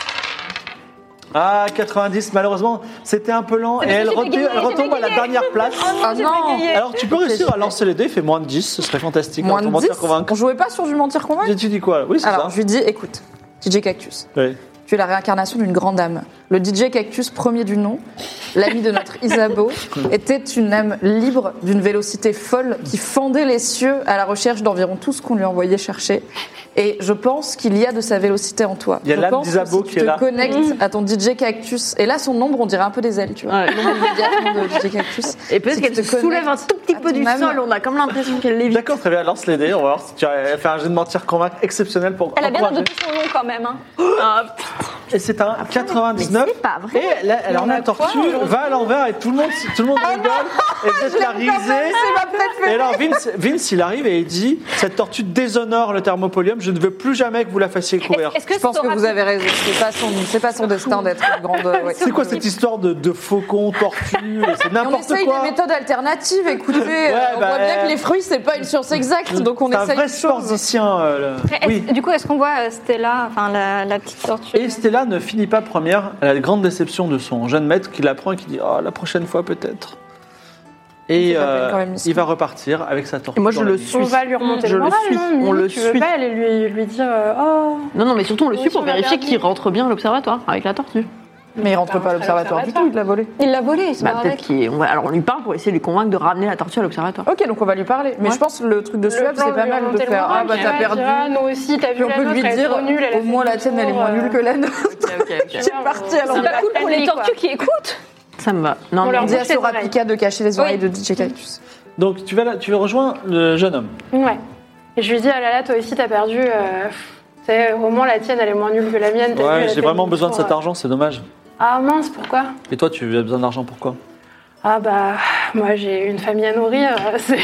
Ah, 90, malheureusement, c'était un peu lent et elle retombe à la dernière place. Ah non. Alors, tu peux réussir à lancer les dés, fais moins de 10, ce serait fantastique. Moins de 10. Mentir convaincre. On jouait pas sur du mentir convaincre. Tu dis quoi? Oui, c'est Alors, ça. je lui dis, écoute, DJ Cactus, Oui. tu es la réincarnation d'une grande âme. Le DJ Cactus, premier du nom, l'ami de notre Isabeau, était une âme libre d'une vélocité folle qui fendait les cieux à la recherche d'environ tout ce qu'on lui envoyait chercher. Et je pense qu'il y a de sa vélocité en toi. Il y a Je l'âme pense d'Isabeau que si qui est là. tu te connectes à ton DJ Cactus, et là, son ombre, on dirait un peu des ailes, tu vois. Ouais. L'ombre immédiatement de DJ Cactus. Et peut-être Si qu'elle tu se te soulève un connectes tout petit à peu ton du âme. sol, on a comme l'impression qu'elle lévite. D'accord, très bien, lance les dés, on va voir si tu as fait un jeu de mentir convaincre exceptionnel pour Elle a bien encourager. adopté son nom quand même. Hein. Et c'est un 99. c'est pas vrai. Et là, alors la tortue va à l'envers et tout le monde rigole. Et peut-être la risée. Et alors Vince, il arrive et il dit, cette tortue déshonore le thermopolium, je ne veux plus jamais que vous la fassiez courir. Est-ce que Je pense que vous avez raison. C'est pas son destin d'être une grande. Ouais. C'est quoi cette histoire de faucon, tortue, c'est On n'importe essaye quoi. des méthodes alternatives. Écoutez, on bah, voit bien que les fruits, c'est pas une science exacte, donc on C'est un essaye vrai des choses. sporticien. Oui. Du coup, est-ce qu'on voit Stella, enfin la petite tortue Et Stella ne finit pas première, elle a la grande déception de son jeune maître qui la prend et qui dit « Oh, la prochaine fois peut-être ». Et Ça s'appelle quand même il va repartir avec sa tortue. Et moi, je dans la le vie. suis. On va lui remonter Je le le moral, suis. non On Mimi, le tu veux suit. pas aller lui dire oh. Non, mais surtout, on le suit Oui, pour tu m'as vérifier perdu. qu'il rentre bien à l'observatoire avec la tortue. Mais il rentre pas à l'observatoire du tout, il l'a volé. Il l'a volé, c'est Bah, pas peut-être avec. alors, on lui parle pour essayer de lui convaincre de ramener la tortue à l'observatoire. Ok, donc on va lui parler. Mais Ouais. je pense que le truc de Suave, c'est pas mal de faire. Ah bah t'as perdu. Nous aussi, t'as Puis vu on la peut nôtre, lui elle est dire, trop nulle, elle a au moins fait la tienne, elle est moins demi-tour, nulle que la nôtre. C'est parti alors. C'est pas cool pour les tortues qui écoutent. Ça me va. Non, On mais leur On dit à bouche les Sora oreilles. Pika de cacher les oreilles de DJ Cactus. Donc tu rejoins le jeune homme. Ouais. Et je lui dis, ah là là, toi aussi, t'as perdu. Au moins, la tienne, elle est moins nulle que la mienne. t'as vu, elle Ouais, a j'ai fait vraiment besoin de demi-tour, cet argent, c'est dommage. Ah mince, pourquoi? Et toi, tu as besoin d'argent pourquoi? Ah bah, moi, j'ai une famille à nourrir. C'est.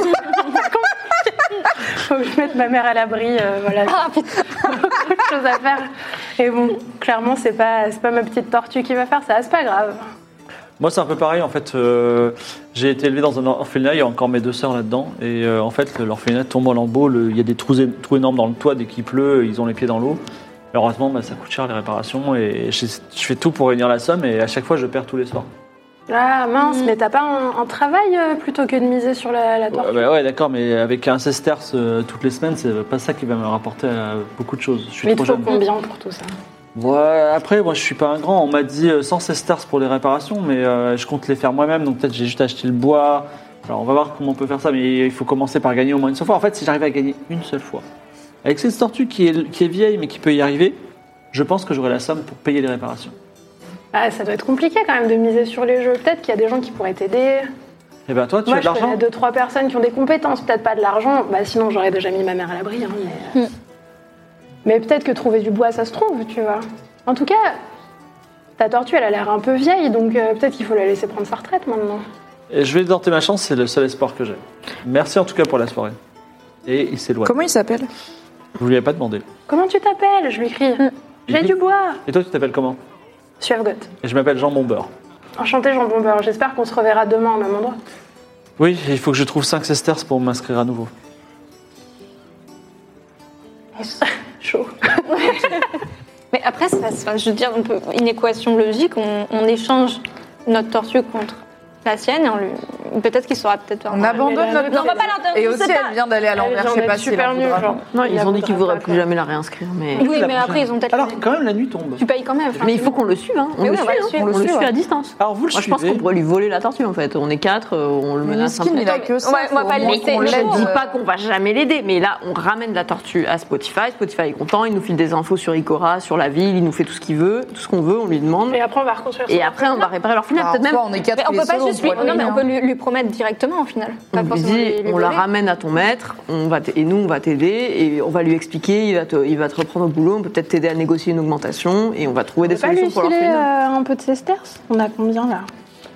Faut que je mette ma mère à l'abri, voilà. Ah putain. Beaucoup de choses à faire. Et bon, clairement, c'est pas ma petite tortue qui va faire ça, c'est pas grave. Moi, c'est un peu pareil. En fait, j'ai été élevé dans un orphelinat. Il y a encore mes 2 sœurs là-dedans. Et en fait, l'orphelinat tombe en lambeaux. Il y a des trous énormes dans le toit. Dès qu'il pleut, ils ont les pieds dans l'eau. Heureusement, ça coûte cher les réparations. Et je fais tout pour réunir la somme. Et à chaque fois, je perds tous les soirs. Ah mince, mais t'as pas un travail plutôt que de miser sur la tortue? Ouais, d'accord. Mais avec un sesterce toutes les semaines, c'est pas ça qui va me rapporter beaucoup de choses. Je suis Mais il trop te faut jeune. combien pour tout ça? Ouais, après, moi, je suis pas un grand. On m'a dit 100 sesterces pour les réparations, mais je compte les faire moi-même. Donc peut-être j'ai juste acheté le bois. Alors on va voir comment on peut faire ça, mais il faut commencer par gagner au moins une seule fois. En fait, si j'arrive à gagner une seule fois, avec cette tortue qui est vieille mais qui peut y arriver, je pense que j'aurai la somme pour payer les réparations. Ah, ça doit être compliqué quand même de miser sur les jeux. Peut-être qu'il y a des gens qui pourraient t'aider. Et ben toi, tu Moi, as de je l'argent. connais 2-3 personnes qui ont des compétences, peut-être pas de l'argent. Bah, sinon, j'aurais déjà mis ma mère à l'abri. Hein, mais peut-être que trouver du bois, ça se trouve, tu vois. En tout cas, ta tortue, elle a l'air un peu vieille, donc peut-être qu'il faut la laisser prendre sa retraite maintenant. Et je vais tenter ma chance, c'est le seul espoir que j'ai. Merci en tout cas pour la soirée. Et il s'éloigne. Comment il s'appelle? Je lui ai pas demandé. Comment tu t'appelles? Je lui crie. J'ai du bois. Et toi, tu t'appelles comment? Suavgot. Et je m'appelle Jean Bomber. Enchanté, Jean Bomber. J'espère qu'on se reverra demain au même endroit. Oui, il faut que je trouve 5 sesterces pour m'inscrire à nouveau. Chaud. Mais après, je veux dire, une équation logique, on échange notre tortue contre la sienne et peut-être qu'il saura peut-être. On abandonne notre Non, on va pas l'abandonner. Et aussi, elle vient d'aller à l'envers. Je sais pas si elle en voudra. Non, ils ont dit qu'ils ne voudraient pas, plus quoi. jamais la réinscrire. Mais, Oui, mais après, ils ont peut-être. Alors, quand même, la nuit tombe. Tu payes quand même. mais il faut qu'on le suive. Hein. On Mais le oui, on va suit, le hein. suivre. On le suit ouais. à distance. Alors, vous le Moi, je pense suivez. qu'on pourrait lui voler la tortue en fait. On est 4, on le menace un peu. Miskin, il a que ça. on va faut pas au moins le laisser. qu'on Je l'aide. ne dis pas qu'on va jamais l'aider, mais là, on ramène la tortue à Spotify. Spotify est content, il nous file des infos sur Ikora, sur la ville, il nous fait tout ce qu'il veut, tout ce qu'on veut, on lui demande. Et après, on va reconstruire Et son après, on va réparer leur final. Alors, Peut-être même, soit on est 4 Mais on peut pas juste lui. Non, mais on peut lui promettre directement au final. Pas on lui forcément dit, lui on la voler. ramène à ton maître, et nous, on va t'aider, et on va lui expliquer, il va te reprendre au boulot, on peut peut-être t'aider à négocier une augmentation, et on va trouver des On peut pas lui solutions pour leur filer final. un peu de sesterces. On a combien là?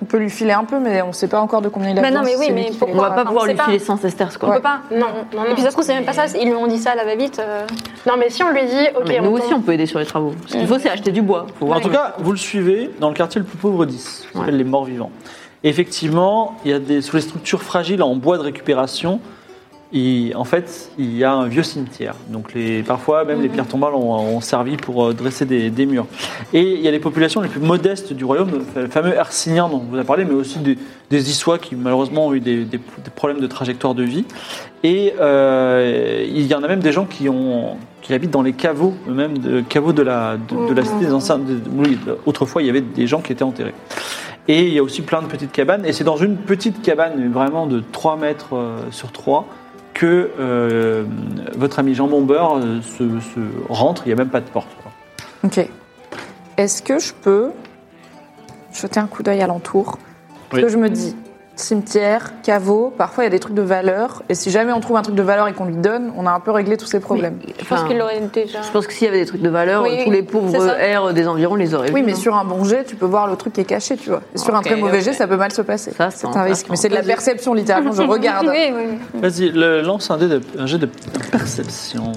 On peut lui filer un peu, mais on sait pas encore de combien il a Bah besoin. non, mais si oui, c'est mais lui qui pour- fait On va les pas contrats. pouvoir on lui sait filer pas. 100 sesterces, On quoi. peut pas. Non. Et puis ça se trouve, c'est même pas ça. Ils lui ont dit ça, elle va vite. Non, mais si on lui dit, ok, Mais on nous tombe- aussi, on peut aider sur les travaux. Ce qu'il faut, c'est acheter du bois. Faut voir En tout cas, vous le suivez dans le quartier le plus pauvre d'Is, qui s'appelle les Morts Vivants. Et effectivement, il y a sous les structures fragiles en bois de récupération, en fait, il y a un vieux cimetière. Donc parfois, même les pierres tombales ont servi pour dresser des murs. Et il y a les populations les plus modestes du royaume, le fameux Herciniens dont on vous a parlé, mais aussi des Issois qui malheureusement ont eu des problèmes de trajectoire de vie. Et il y en a même des gens qui habitent dans les caveaux, même caveaux de la cité des anciens. Oui, autrefois, il y avait des gens qui étaient enterrés. Et il y a aussi plein de petites cabanes. Et c'est dans une petite cabane, vraiment de 3 mètres sur 3, que votre ami Jean Bombeur se rentre. Il n'y a même pas de porte. Ok. Est-ce que je peux jeter un coup d'œil alentour? Parce Oui. que je me dis, cimetière, caveau, parfois il y a des trucs de valeur. Et si jamais on trouve un truc de valeur et qu'on lui donne, on a un peu réglé tous ces problèmes. Je pense qu'il l'aurait déjà. Je pense que s'il y avait des trucs de valeur, Oui, tous oui, les c'est pauvres ça. airs des environs les auraient Oui, vus, mais hein. sur un bon jet, tu peux voir le truc qui est caché, tu vois. Et sur un Ok, très mauvais jet, ok. ça peut mal se passer. Ça, C'est c'est un risque. Mais c'est de la intéressant. perception, littéralement. Je regarde. Oui, oui. Vas-y, lance un jet de perception.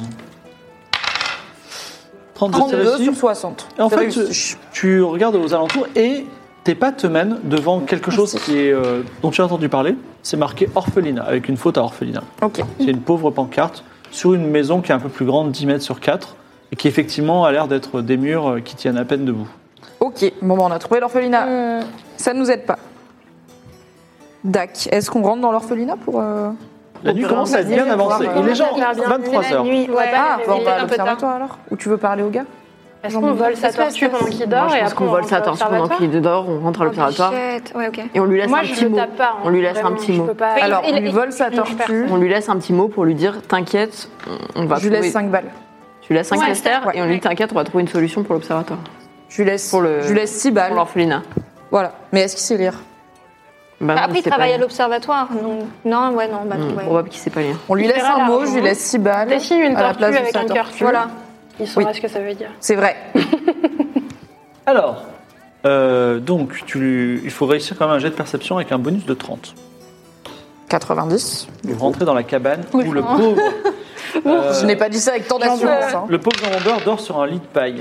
32, c'est 32 réussi. sur 60. Et en C'est fait, réussi. tu regardes aux alentours et tes pas te mènent devant quelque chose dont tu as entendu parler. C'est marqué orphelinat, avec une faute à orphelinat. Ok. C'est une pauvre pancarte sur une maison qui est un peu plus grande, 10 mètres sur 4, et qui effectivement a l'air d'être des murs qui tiennent à peine debout. Ok. Bon, bah, on a trouvé l'orphelinat. Ça ne nous aide pas. Dac. Est-ce qu'on rentre dans l'orphelinat pour. La nuit commence à être bien avancée. Il est genre On va faire bien 23 la heures. nuit. On va Ouais. pas Ah, les bon, on réveiller va à un peu tard. l'observatoire alors? Ou tu veux parler au gars? Est-ce qu'on vole sa tortue pendant qu'il dort Moi, et je pense après qu'on on vole rentre sa à tortue pendant l'observatoire? qu'il dort, on rentre à l'observatoire Ouais, ok. et on lui laisse Moi, un je petit le mot. tape pas. hein. On lui laisse un Vraiment, petit je mot. peux pas- Alors, on lui vole sa je perds. tortue. On lui laisse un petit mot pour lui dire t'inquiète, on va Je lui laisse trouver- 5 balles. Tu lui laisses 5 Ouais, sesterces ouais. et on lui dit t'inquiète, on va trouver une solution pour l'observatoire. Je lui laisse, Pour le- je lui laisse 6 Pour balles. l'orphelinat. Voilà. Mais est-ce qu'il sait lire? Bah, Après, il c'est travaille pas- à l'observatoire. Donc... Non, ouais, non. Bah, ouais. Probable qu'il sait pas lire. On lui laisse verra un mot, l'argent. je lui laisse 6 balles. Dessine une à la tortue place de avec sa un cœur. tortue. Voilà. Il saura Oui. ce que ça veut dire. C'est vrai. Alors, donc, il faut réussir quand même un jet de perception avec un bonus de 30. 90. Vous rentrez dans la cabane où le non. pauvre... Je n'ai pas dit ça avec tant d'assurance. Hein. Le pauvre Jean Bombeur dort sur un lit de paille.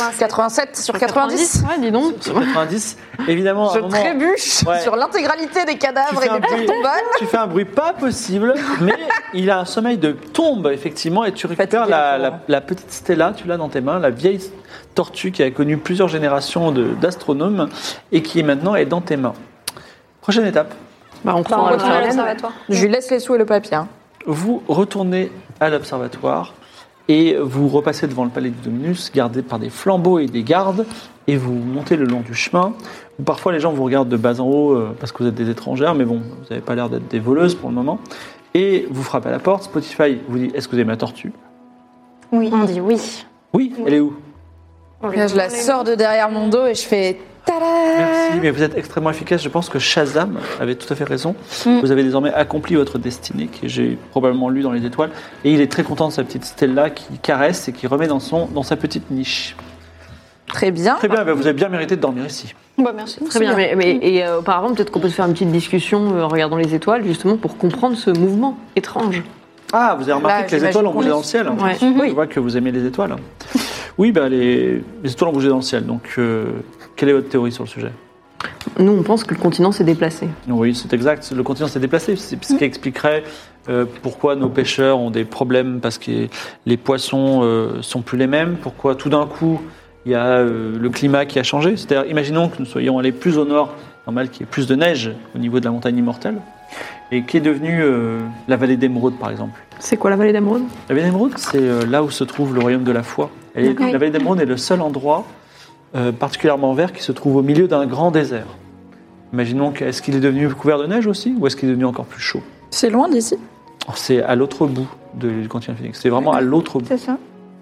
87 sur 90. Ouais, dis donc. Sur 90, évidemment, à Je un moment... trébuche Ouais. sur l'intégralité des cadavres Tu et fais des un bruit. pierres tombales. Tu fais un bruit pas possible, mais il a un sommeil de tombe, effectivement, et tu récupères Fatigué, encore. la petite Stella, tu l'as dans tes mains, la vieille tortue qui a connu plusieurs générations d'astronomes et qui maintenant est dans tes mains. Prochaine étape, Bah, on On prend retourne à la l'observatoire. Je lui laisse les sous et le papier. Hein. vous retournez à l'observatoire et vous repassez devant le palais du Dominus, gardé par des flambeaux et des gardes, et vous montez le long du chemin. Parfois, les gens vous regardent de bas en haut parce que vous êtes des étrangères, mais bon, vous n'avez pas l'air d'être des voleuses pour le moment. Et vous frappez à la porte. Spotify vous dit: est-ce que vous avez ma tortue? Oui. On dit oui. Oui, elle est où? Là, je la sors de derrière mon dos et je fais tada. Merci, mais vous êtes extrêmement efficace. Je pense que Shazam avait tout à fait raison. Vous avez désormais accompli votre destinée, que j'ai probablement lu dans les étoiles. Et il est très content de sa petite Stella qui caresse et qui remet dans sa petite niche. Très bien. Très bien, vous avez bien mérité de dormir ici. Bah, merci. Très bien, et auparavant, peut-être qu'on peut se faire une petite discussion en regardant les étoiles, justement, pour comprendre ce mouvement étrange. Ah, vous avez remarqué Là, que les j'imagine étoiles ont qu'on bougé est- dans le ciel. Ouais. Oui. Je vois que vous aimez les étoiles. Oui, les étoiles ont bougé dans le ciel. Donc, quelle est votre théorie sur le sujet? Nous, on pense que le continent s'est déplacé. Oui, c'est exact. Le continent s'est déplacé. C'est ce qui expliquerait pourquoi nos pêcheurs ont des problèmes parce que les poissons sont plus les mêmes. Pourquoi tout d'un coup il y a le climat qui a changé. C'est-à-dire, imaginons que nous soyons allés plus au nord, normal qu'il y ait plus de neige au niveau de la montagne immortelle, et qui est devenue la vallée d'Émeraude, par exemple. C'est quoi la vallée d'Émeraude? La vallée d'Émeraude, c'est là où se trouve le royaume de la foi. La vallée d'Émeraude est le seul endroit particulièrement vert qui se trouve au milieu d'un grand désert. Imaginons est-ce qu'il est devenu couvert de neige aussi, ou est-ce qu'il est devenu encore plus chaud? C'est loin d'ici. C'est à l'autre bout du continent Phoenix. C'est vraiment à l'autre bout. C'est ça.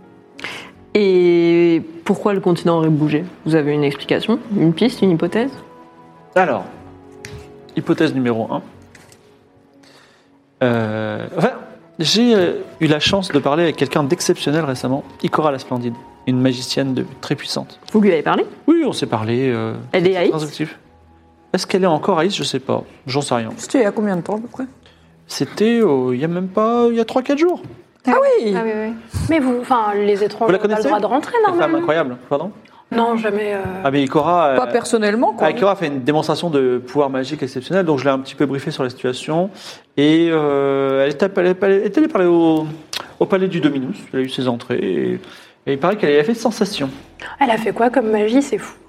Et pourquoi le continent aurait bougé? Vous avez une explication? Une piste? Une hypothèse? Alors, hypothèse numéro 1. J'ai eu la chance de parler avec quelqu'un d'exceptionnel récemment, Ikora la Splendide, une magicienne très puissante. Vous lui avez parlé? Oui, on s'est parlé. Elle est à X? Transactif. Est-ce qu'elle est encore à Is? Je sais pas. J'en sais rien. C'était il y a combien de temps à peu près? C'était il y a même pas... Il y a 3-4 jours. Ah oui. Ah oui, oui. Mais les étrangers Vous la n'ont pas le connaissez? droit de rentrer Cette femme normalement. incroyable. Pardon? Non, jamais. Ah mais Ikora... Pas personnellement, quoi. Ikora a fait une démonstration de pouvoir magique exceptionnel, donc je l'ai un petit peu briefé sur la situation. Et elle est allée parler au palais du Dominus. Elle a eu ses entrées. Et il paraît qu'elle a fait de sensation. Elle a fait quoi comme magie? C'est fou.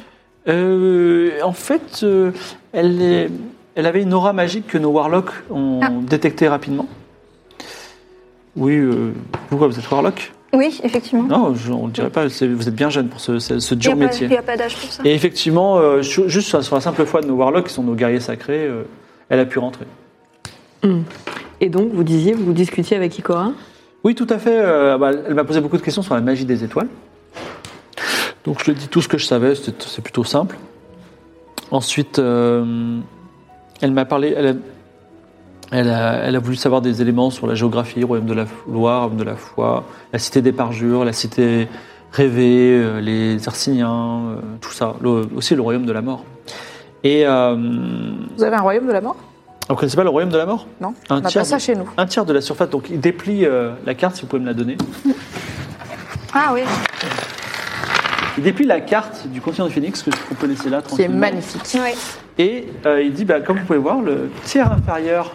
En fait, elle avait une aura magique que nos warlocks ont détectée rapidement. Oui, pourquoi vous êtes warlock? Oui, effectivement. Non, on ne dirait pas, vous êtes bien jeune pour ce dur métier. Il n'y a pas d'âge pour ça. Et effectivement, juste sur la simple foi de nos warlocks, qui sont nos guerriers sacrés, elle a pu rentrer. Et donc, vous discutiez avec Ikora? Oui, tout à fait. Elle m'a posé beaucoup de questions sur la magie des étoiles. Donc je lui ai dit tout ce que je savais, c'est plutôt simple. Ensuite, elle m'a parlé, elle a voulu savoir des éléments sur la géographie, royaume de la Loire, royaume de la foi, la cité des parjures, la cité rêvée, les Arsiniens, tout ça, aussi le royaume de la mort. Et Vous avez un royaume de la mort? vous connaissez pas le royaume de la mort? Non, on n'a pas ça chez nous. Un tiers de la surface, donc il déplie la carte, si vous pouvez me la donner. Ah oui. Il déplie la carte du continent du Phénix, que vous peut laisser là Qui est tranquillement. magnifique. Oui. Et il dit, comme vous pouvez voir, le tiers inférieur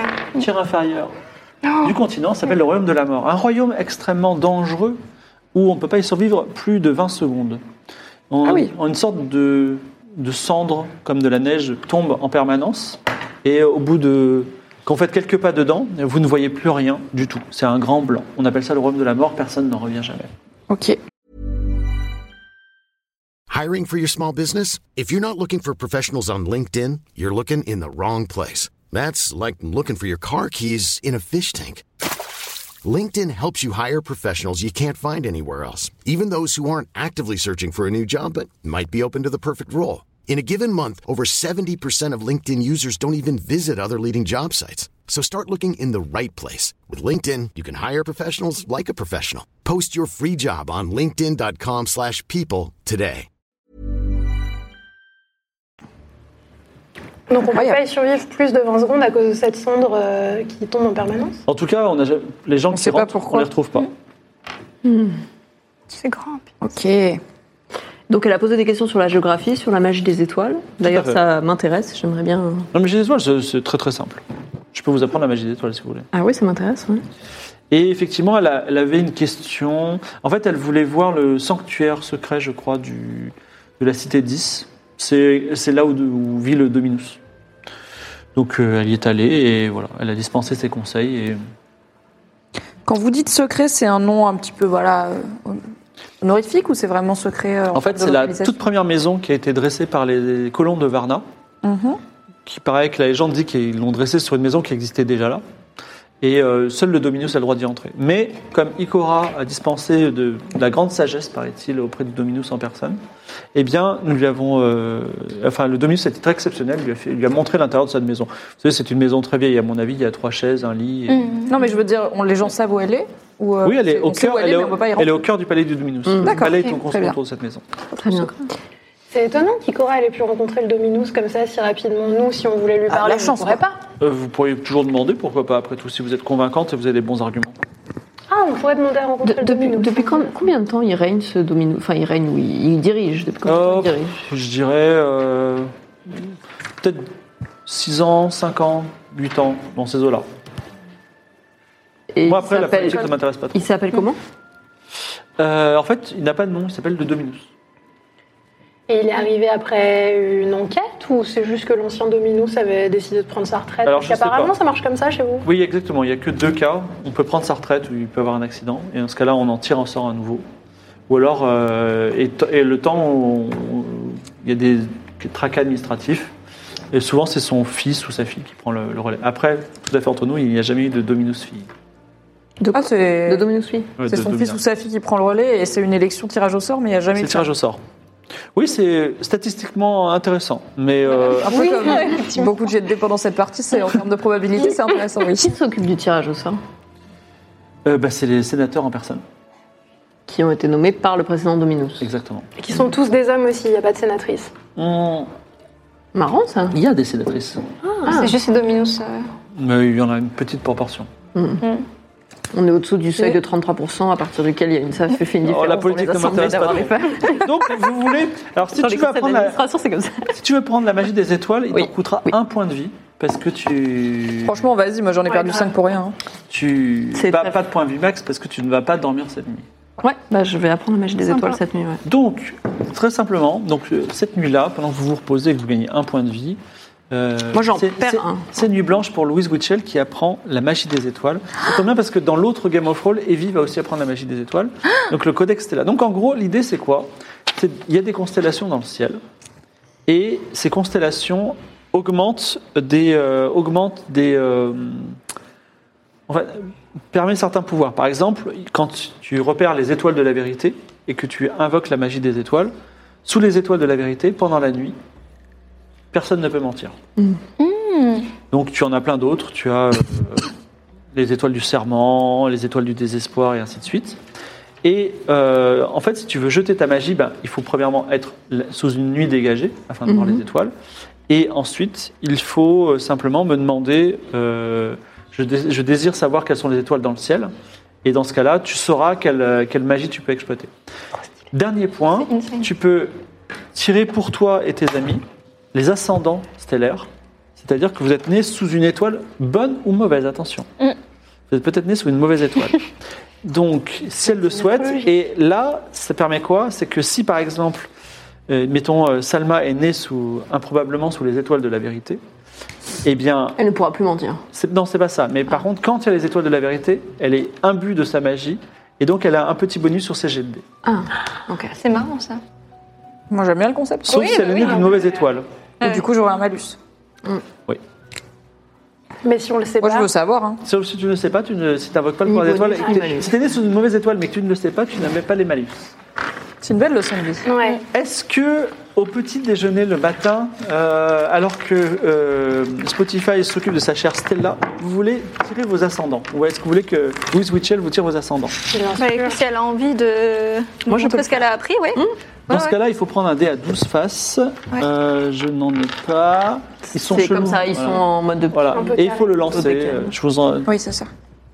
du continent s'appelle le royaume de la mort. Un royaume extrêmement dangereux où on ne peut pas y survivre plus de 20 secondes. Une sorte de cendre, comme de la neige, tombe en permanence. Et au bout de... Quand vous faites quelques pas dedans, vous ne voyez plus rien du tout. C'est un grand blanc. On appelle ça le royaume de la mort. Personne n'en revient jamais. Ok. Hiring for your small business? If you're not looking for professionals on LinkedIn, you're looking in the wrong place. That's like looking for your car keys in a fish tank. LinkedIn helps you hire professionals you can't find anywhere else, even those who aren't actively searching for a new job but might be open to the perfect role. In a given month, over 70% of LinkedIn users don't even visit other leading job sites. So start looking in the right place. With LinkedIn, you can hire professionals like a professional. Post your free job on linkedin.com/people today. Donc on ne peut pas y survivre plus de 20 secondes à cause de cette cendre qui tombe en permanence? En tout cas, les gens qui rentrent, on ne les retrouve pas. C'est grand. Ok. Donc elle a posé des questions sur la géographie, sur la magie des étoiles. D'ailleurs, fait. ça m'intéresse, j'aimerais bien... La magie des étoiles, c'est très très simple. Je peux vous apprendre la magie des étoiles si vous voulez. Ah oui, ça m'intéresse, oui. Et effectivement, elle avait une question. En fait, elle voulait voir le sanctuaire secret, je crois, de la cité 10. C'est là où vit le Dominus. Donc elle y est allée et voilà, elle a dispensé ses conseils. Et... Quand vous dites secret, c'est un nom un petit peu honorifique ou c'est vraiment secret En fait, c'est la toute première maison qui a été dressée par les colons de Varna. Qui paraît que la légende dit qu'ils l'ont dressée sur une maison qui existait déjà là. Et seul le Dominus a le droit d'y entrer. Mais comme Ikora a dispensé de la grande sagesse, paraît-il, auprès du Dominus en personne, eh bien, nous lui avons... le Dominus a été très exceptionnel, lui a montré l'intérieur de cette maison. Vous savez, c'est une maison très vieille, à mon avis, il y a 3 chaises, un lit... Et... Non, mais je veux dire, les gens savent où elle est ou, oui, elle est au cœur, elle est au cœur du palais du Dominus. Le D'accord, palais est ok, construit très autour de cette maison. Très bien. C'est étonnant qu'Ikora ait pu rencontrer le Dominus comme ça si rapidement. Nous, si on voulait lui parler, la chance, on ne pourrait pas. Vous pourriez toujours demander, pourquoi pas, après tout, si vous êtes convaincante et vous avez des bons arguments. Ah, on pourrait demander à rencontrer le Dominus. Depuis combien de temps il règne ce Dominus? Enfin, il règne, oui, il dirige. Depuis combien de temps il dirige? Je dirais peut-être 6 ans, 5 ans, 8 ans, dans ces eaux-là. Et Moi, après, la politique, ça ne m'intéresse pas trop. Il s'appelle comment? En fait, il n'a pas de nom, il s'appelle le Dominus. Et il est arrivé après une enquête ou c'est juste que l'ancien Dominus avait décidé de prendre sa retraite? Alors, Parce je sais qu'apparemment, pas. ça marche comme ça chez vous? Oui, exactement. Il n'y a que 2 cas. On peut prendre sa retraite ou il peut avoir un accident. Et dans ce cas-là, on en tire en sort un nouveau. Ou alors, et le temps où il y a des tracas administratifs. Et souvent, c'est son fils ou sa fille qui prend le relais. Après, tout à fait entre nous, il n'y a jamais eu de Dominus fille. De Dominus, oui. Ouais, c'est de son Dominus. fils ou sa fille qui prend le relais et c'est une élection tirage au sort, mais il n'y a jamais C'est eu de tirage au sort. Oui, c'est statistiquement intéressant. Mais Un peu comme beaucoup de jets de dés pendant cette partie, c'est en termes de probabilité, c'est intéressant, oui. Qui s'occupe du tirage au sort? c'est les sénateurs en personne. Qui ont été nommés par le précédent Dominus. Exactement. Et qui sont tous des hommes aussi, il n'y a pas de sénatrice. Marrant ça. Il y a des sédatrices, C'est juste ces Dominus. mais il y en a une petite proportion. On est au-dessous du seuil de 33% à partir duquel ça fait une différence. La politique dans les ne m'intéresse assemblées pas d'avoir les femmes. Donc, vous voulez... Alors, si Dans tu les veux conseils apprendre d'administration, c'est comme ça. si tu veux prendre la magie des étoiles, il Oui. t'en coûtera 1 point de vie, parce que tu... Franchement, vas-y, moi j'en ai perdu 5 pour rien. C'est Pas très- de point de vie max, parce que tu ne vas pas dormir cette nuit. Ouais, bah je vais apprendre la magie des Sympa. étoiles cette nuit. Ouais. Donc, très simplement, cette nuit-là, pendant que vous vous reposez et que vous gagnez 1 point de vie... Moi, j'en perds un. C'est Nuit Blanche pour Louise Witchell qui apprend la magie des étoiles. Ça tombe bien parce que dans l'autre Game of Thrones, Evie va aussi apprendre la magie des étoiles. Donc le codex est là. Donc en gros, l'idée c'est quoi? Il y a des constellations dans le ciel. Et ces constellations permettent certains pouvoirs. Par exemple, quand tu repères les étoiles de la vérité et que tu invoques la magie des étoiles, sous les étoiles de la vérité, pendant la nuit, personne ne peut mentir. Donc tu en as plein d'autres. Tu as les étoiles du serment, les étoiles du désespoir et ainsi de suite. Et en fait, si tu veux jeter ta magie, il faut premièrement être sous une nuit dégagée afin de voir les étoiles. Et ensuite, il faut simplement me demander, je désire savoir quelles sont les étoiles dans le ciel. Et dans ce cas-là, tu sauras quelle magie tu peux exploiter. Dernier point, C'est insane. tu peux tirer pour toi et tes amis les ascendants stellaires, c'est-à-dire que vous êtes né sous une étoile bonne ou mauvaise, attention. Vous êtes peut-être né sous une mauvaise étoile. Donc, si elle le souhaite, et là, ça permet quoi? C'est que si, par exemple, mettons, Salma est née improbablement sous les étoiles de la vérité, eh bien... Elle ne pourra plus mentir. Non, c'est pas ça. Mais par contre, quand il y a les étoiles de la vérité, elle est imbue de sa magie, et donc elle a un petit bonus sur ses jets de dés. Ah, ok. C'est marrant ça. Moi j'aime bien le concept. Sauf si elle est née d'une mauvaise étoile. Et du coup, j'aurai un malus. Mais si on le sait Moi, pas. je veux savoir. Hein. Sauf si tu ne le sais pas, si tu n'invoques pas le Ni pouvoir d'étoile, bonus, ni malus. si tu es né sous une mauvaise étoile mais que tu ne le sais pas, tu n'as même pas les malus. C'est une belle leçon de vie. Ouais. Est-ce que au petit déjeuner le matin, alors que Spotify s'occupe de sa chère Stella, vous voulez tirer vos ascendants? Ou est-ce que vous voulez que Louise Witchell vous tire vos ascendants? Bah, écoute, si elle a envie de Moi, je montrer peux ce qu'elle a appris, oui. Dans ce cas-là, il faut prendre un dé à 12 faces. Je n'en ai pas. Ils sont C'est chelous. comme ça, ils sont en mode de... Voilà. Un peu Et il faut le Au lancer. décalé. Je vous en... Oui, c'est ça.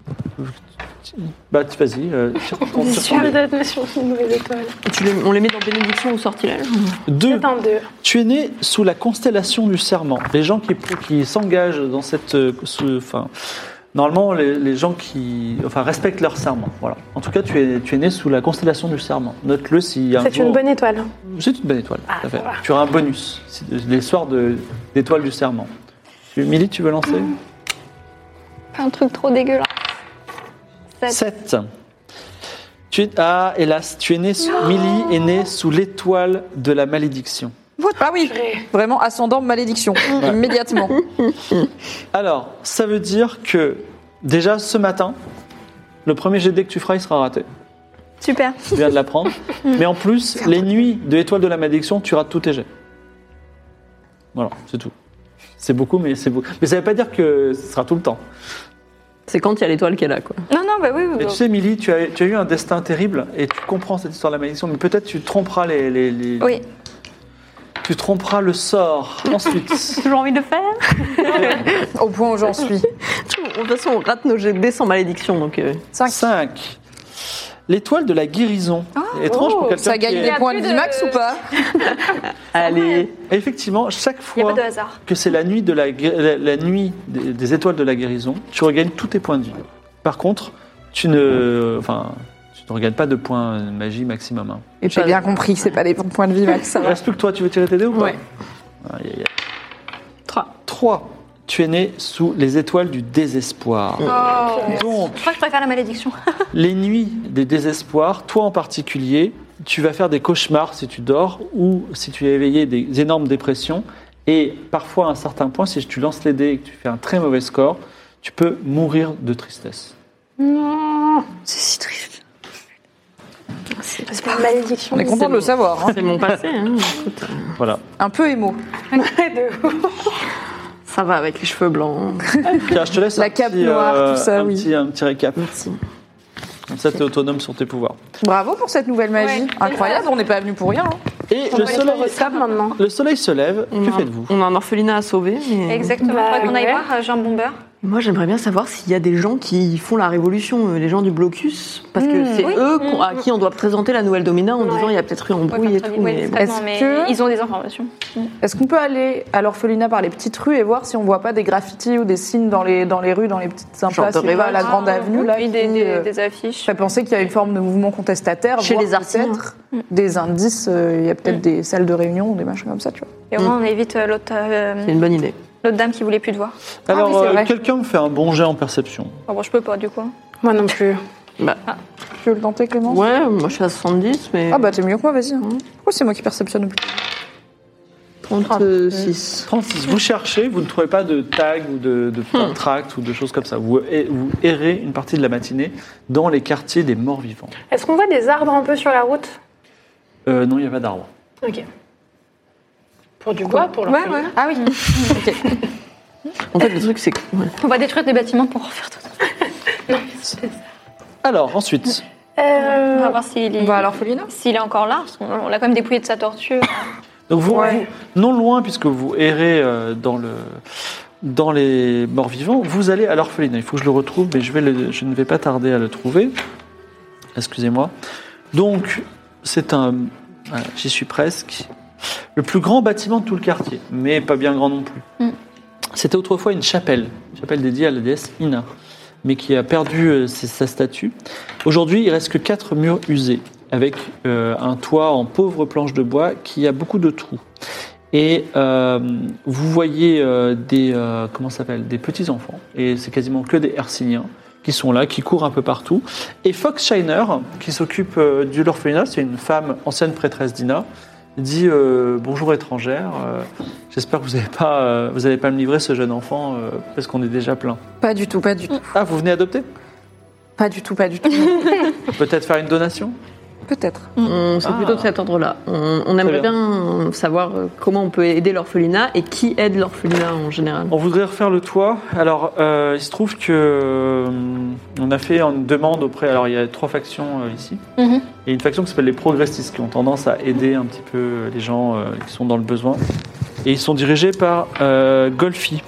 Bah, vas-y, tire ton Je tire suis ton dé. peut-être sur une mauvaise étoile. On les met dans bénédiction ou sortilège? 2. C'est un 2. Tu es né sous la constellation du serment. Les gens qui s'engagent dans cette... normalement, les gens qui respectent leur serment. Voilà. En tout cas, tu es né sous la constellation du serment. Note-le si un C'est jour- une bonne étoile. C'est une bonne étoile. tout à fait. voilà. Tu auras un bonus. Les soirs d'étoile du serment. Milly, tu veux lancer? Pas un truc trop dégueulasse. 7. Hélas, Milly est née sous l'étoile de la malédiction. Ah oui, vraiment ascendant malédiction, immédiatement. Alors, ça veut dire que, déjà, ce matin, le premier jet de dés que tu feras, il sera raté. Super. Tu viens de l'apprendre. Mais en plus, les nuits de l'étoile de la malédiction, tu rates tous tes jets. Voilà, c'est tout. C'est beaucoup, mais c'est beaucoup. Mais ça ne veut pas dire que ce sera tout le temps. C'est quand il y a l'étoile qui est là, quoi. Non, non, bah oui, oui. Et tu sais, Milly, tu as eu un destin terrible et tu comprends cette histoire de la malédiction, mais peut-être tu tromperas Oui. Tu tromperas le sort ensuite. Toujours envie de le faire. Au point où j'en suis. De toute façon, on rate nos jets de dés sans malédiction, donc... 5. L'étoile de la guérison. Étrange pour quelqu'un Ça gagne qui des est... points de vie max ou pas? Allez. Effectivement, chaque Il n'y a fois pas de hasard. que c'est la nuit, la nuit des étoiles de la guérison, tu regagnes tous tes points de vie. Par contre, tu ne regagnes pas de points de magie maximum. Hein. Et J'ai bien compris que c'est pas des points de vie max. Ça Il va. reste plus que toi, tu veux tirer tes dés ou pas? Ouais. Aïe, aïe, aïe. 3. 3. Tu es né sous les étoiles du désespoir. Donc, Je crois que je préfère la malédiction. les nuits des désespoirs, toi en particulier, tu vas faire des cauchemars si tu dors ou si tu es éveillé, des énormes dépressions. Et parfois, à un certain point, si tu lances les dés et que tu fais un très mauvais score, tu peux mourir de tristesse. C'est si triste. C'est pas une malédiction. On est content de le savoir. Hein. C'est mon passé, hein. Écoute, Voilà. Un peu émo. ça va avec les cheveux blancs. Tiens, je te laisse La un cape petit, noire, tout ça, oui. un petit récap. Merci. Comme ça, tu es autonome sur tes pouvoirs. Bravo pour cette nouvelle magie. Ouais, Incroyable, on n'est pas venu pour rien. Hein. Et On le va soleil, être au sable maintenant. le soleil se lève. Que faites-vous? On a un orphelinat à sauver, mais... Exactement. Bah, Faudrait qu'on aille ouais. voir Jean Bomber. Moi, j'aimerais bien savoir s'il y a des gens qui font la révolution, les gens du blocus, parce que c'est oui. eux à qui on doit présenter la nouvelle domina en Ouais. disant il y a peut-être eu embrouille et tout. mais- Est-ce mais que- ils ont des informations. Est-ce qu'on peut aller à l'orphelinat par les petites rues et voir si on voit pas des graffitis ou des signes dans les rues, dans les petites Genre impasses, de je sais pas, à la révolte. grande avenue là, Oui, qui, des affiches. fait penser qu'il y a une forme de mouvement contestataire, Chez voire les Artiniens. peut-être des indices, il y a peut-être des salles de réunion ou des machins comme ça, tu vois. Et au moins, on évite l'autre C'est une bonne idée. dame qui voulait plus te voir. Alors, oui, c'est vrai. quelqu'un me fait un bon jet en perception. Oh, bon, je peux pas, du coup. Moi non plus. Tu veux le tenter, Clément? Ouais, moi je suis à 70, mais Ah bah t'es mieux que moi, vas-y. hein. Pourquoi c'est moi qui perceptionne le plus? 36. 36. Vous cherchez, vous ne trouvez pas de tag ou de tract ou de choses comme ça. Vous errez une partie de la matinée dans les quartiers des morts vivants. Est-ce qu'on voit des arbres un peu sur la route? Non, il n'y a pas d'arbre. Ok. Pour du bois, pour l'orphelinat. Ah oui. Ok. En fait, le truc, c'est que. ouais. On va détruire des bâtiments pour refaire tout. Alors, ensuite, On va voir s'il On va à l'orphelinat? est encore là, parce qu'on l'a quand même dépouillé de sa tortue. donc vous, Ouais. vous- non loin, puisque vous errez dans les morts vivants, vous allez à l'orphelinat. Il faut que je le retrouve, mais je ne vais pas tarder à le trouver. Excusez-moi. Donc, c'est un... voilà, j'y suis presque. Le plus grand bâtiment de tout le quartier, mais pas bien grand non plus. C'était autrefois une chapelle dédiée à la déesse Ina, mais qui a perdu sa statue. Aujourd'hui, il reste que 4 murs usés, avec un toit en pauvres planches de bois qui a beaucoup de trous. Et vous voyez des petits enfants, et c'est quasiment que des Hercyniens qui sont là, qui courent un peu partout. Et Fox Shiner, qui s'occupe de l'orphelinat, c'est une femme ancienne prêtresse d'Ina, dit bonjour étrangère, j'espère que vous n'allez pas me livrer ce jeune enfant parce qu'on est déjà plein. Pas du tout, pas du tout. Ah, vous venez adopter? Pas du tout, pas du tout. Peut-être faire une donation? Peut-être. C'est plutôt de cet ordre-là. On aimerait bien savoir comment on peut aider l'orphelinat et qui aide l'orphelinat en général. On voudrait refaire le toit. Alors, il se trouve que on a fait une demande auprès. Alors, il y a 3 factions ici. Mhm. Et une faction qui s'appelle les progressistes, qui ont tendance à aider un petit peu les gens qui sont dans le besoin. Et ils sont dirigés par Golfi.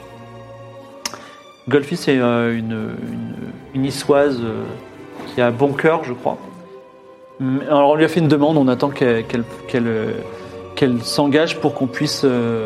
Golfi, c'est une niçoise qui a bon cœur, je crois. Alors, on lui a fait une demande. On attend qu'elle s'engage pour qu'on puisse,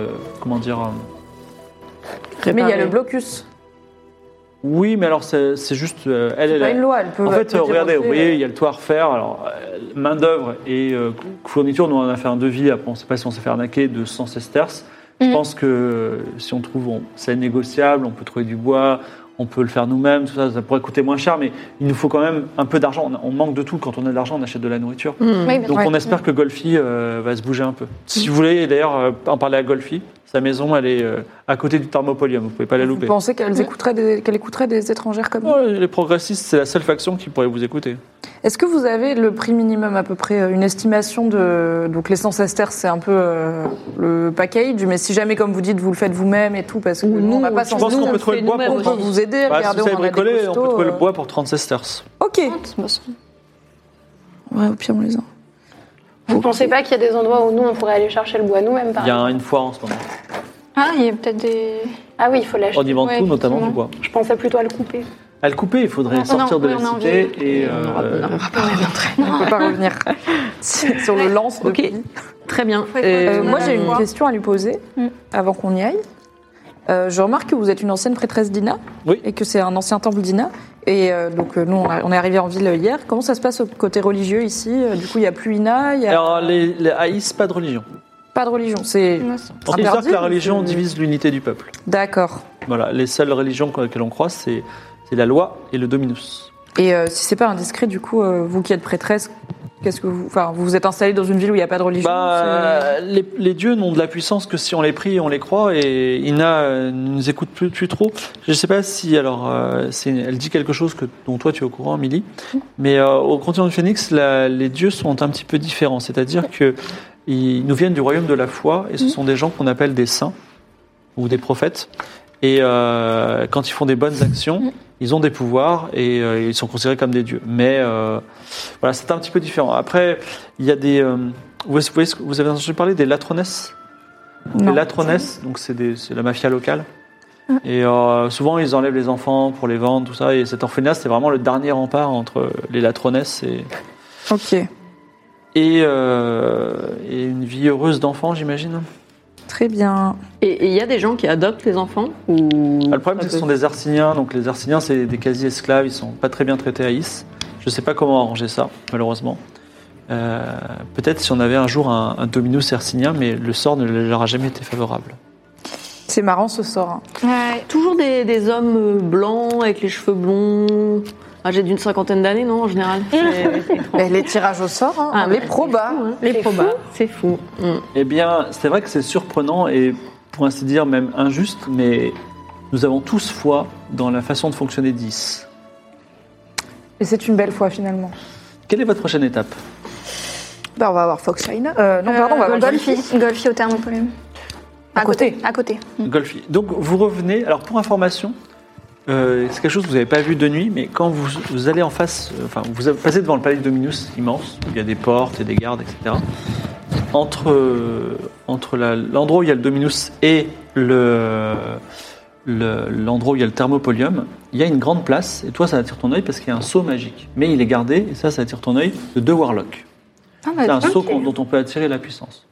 Mais il y a le blocus. Oui, mais alors c'est juste C'est pas une loi, elle peut. En elle fait, peut dire regardez, aussi, vous voyez, il y a le toit à refaire. Alors, main d'œuvre et fourniture, nous on a fait un devis. Après, on ne sait pas si on s'est fait arnaquer de 100 sesterces. Je pense que si on trouve, c'est négociable. On peut trouver du bois, on peut le faire nous-mêmes. Tout ça, ça pourrait coûter moins cher, mais il nous faut quand même un peu d'argent. On manque de tout. Quand on a de l'argent, on achète de la nourriture. Oui, bien Donc, sûr. on espère que Golfi va se bouger un peu. Si vous voulez, d'ailleurs, en parler à Golfi. Sa maison, elle est à côté du Thermopolium. Vous pouvez pas la Vous louper. pensez qu'elle écouterait des étrangères comme nous? Ouais, les progressistes, c'est la seule faction qui pourrait vous écouter. Est-ce que vous avez le prix minimum à peu près, une estimation de... Donc les 100 sesterces, c'est un peu le package, mais si jamais, comme vous dites, vous le faites vous-même et tout, parce que nous, on n'a pas je pense qu'on peut trouver le bois on peut vous aider, Bah, si regardez, vous savez on en a des bricoler, on peut costauds, trouver le bois pour 30 sesterces. Ok. Ouais, au pire, on les a. Vous pensez pas qu'il y a des endroits où nous, on pourrait aller chercher le bois nous-mêmes, par Il y a exemple? une foire en ce moment. Ah, il y a peut-être des. Ah oui, il faut l'acheter. On y vend Ouais, tout, notamment du effectivement. bois. Je pensais plutôt à le couper. À le couper, il faudrait Non, sortir de oui, la on a cité envie. et... On n'arrivera pas à reviendrai. On peut pas revenir sur le lance. Ok, très bien. Moi, j'ai une voir. question à lui poser avant qu'on y aille. Je remarque que vous êtes une ancienne prêtresse d'Ina Oui. et que c'est un ancien temple d'Ina. Et donc, nous, on est arrivé en ville hier. Comment ça se passe au côté religieux ici? Du coup, il n'y a plus Ina, il n'y a Alors, les haïs, pas de religion. pas de religion. C'est On considère interdit, que la ou religion c'est- divise l'unité du peuple. D'accord. Voilà, les seules religions que l'on croit, c'est la loi et le dominus. Et si c'est pas indiscret, du coup, vous qui êtes prêtresse, qu'est-ce que vous... Enfin, vous vous êtes installée dans une ville où il n'y a pas de religion? Les dieux n'ont de la puissance que si on les prie et on les croit, et Ina ne nous écoute plus trop. Je ne sais pas si, alors, elle dit quelque chose dont toi tu es au courant, Milly, mais au continent du Phénix, les dieux sont un petit peu différents, c'est-à-dire qu'ils nous viennent du royaume de la foi, et ce sont des gens qu'on appelle des saints, ou des prophètes, et quand ils font des bonnes actions, ils ont des pouvoirs, et ils sont considérés comme des dieux. Mais voilà, c'est un petit peu différent. Après, il y a des... vous avez entendu parler des latronesses? Non. Les latronesses, donc c'est la mafia locale. Et souvent, ils enlèvent les enfants pour les vendre, tout ça. Et cet orphelinat, c'est vraiment le dernier rempart entre les latronesses Ok, et une vie heureuse d'enfants, j'imagine. très bien. Et il y a des gens qui adoptent les enfants ou... Le problème, c'est que ce sont des Arsiniens. Donc les Arsiniens, c'est des quasi-esclaves. Ils sont pas très bien traités à Is. Je sais pas comment arranger ça, malheureusement. Peut-être si on avait un jour un Dominus Arsinien, mais le sort ne leur a jamais été favorable. C'est marrant ce sort. Hein. Ouais. Toujours des hommes blancs avec les cheveux blonds, âgés d'une 50aine d'années, non, en général. Mais les tirages au sort, hein, les probas. Les probas, c'est fou. Eh bien, c'est vrai que c'est surprenant et, pour ainsi dire, même injuste, mais nous avons tous foi dans la façon de fonctionner d'Is. Et c'est une belle fois finalement. Quelle est votre prochaine étape? Bah, on va avoir Foxshine. Non, pardon, on va avoir Golfi. Golfi au Thermopolium. À côté. À côté. Golfi. Donc, vous revenez. Alors, pour information, c'est quelque chose que vous n'avez pas vu de nuit, mais quand vous allez en face, enfin, vous passez devant le palais de Dominus, immense, où il y a des portes et des gardes, etc. Entre l'endroit où il y a le Dominus et l'endroit où il y a le Thermopolium, il y a une grande place, et toi, ça attire ton œil parce qu'il y a un sceau magique. Mais il est gardé, et ça attire ton œil, de 2 warlocks. C'est un sceau dont on peut attirer la puissance.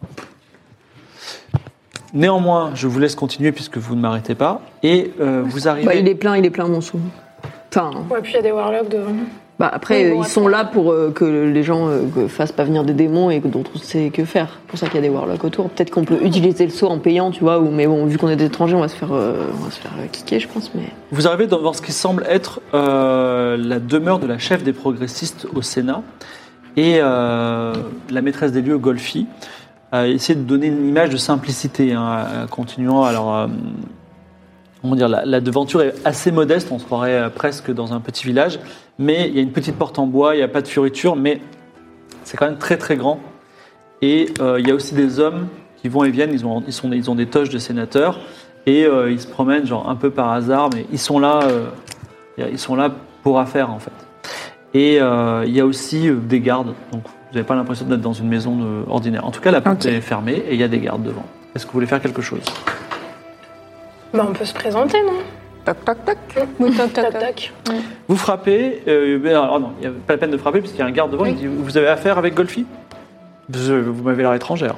Néanmoins, je vous laisse continuer puisque vous ne m'arrêtez pas. Et vous arrivez... Bah, il est plein mon sou. Enfin, Ouais, puis il y a des warlocks devant. bah, après, Oui, bon, ils sont là pour que les gens fassent pas venir des démons et dont on sait que faire. C'est pour ça qu'il y a des warlocks autour. Peut-être qu'on peut utiliser le sceau en payant, tu vois. Mais bon, vu qu'on est des étrangers, on va se faire kicker, je pense. Mais... Vous arrivez dans ce qui semble être la demeure de la chef des progressistes au Sénat. Et la maîtresse des lieux, Golfi, a essayé de donner une image de simplicité, continuant. Alors, comment dire, la devanture est assez modeste, on se croirait presque dans un petit village, mais il y a une petite porte en bois, il n'y a pas de fioriture, mais c'est quand même très très grand. Et il y a aussi des hommes qui vont et viennent, ils ont des toges de sénateurs, et ils se promènent genre un peu par hasard, mais ils sont là pour affaire en fait. Et il y a aussi des gardes, donc vous n'avez pas l'impression d'être dans une maison ordinaire. En tout cas, la porte est fermée et il y a des gardes devant. Est-ce que vous voulez faire quelque chose? Bah, on peut se présenter, non? Toc, toc, toc. Oui, toc, toc, Tac, toc. tac. Vous frappez, alors non, il n'y a pas la peine de frapper puisqu'il y a un garde devant, il dit, vous avez affaire avec Golfi? Vous m'avez l'air étrangère.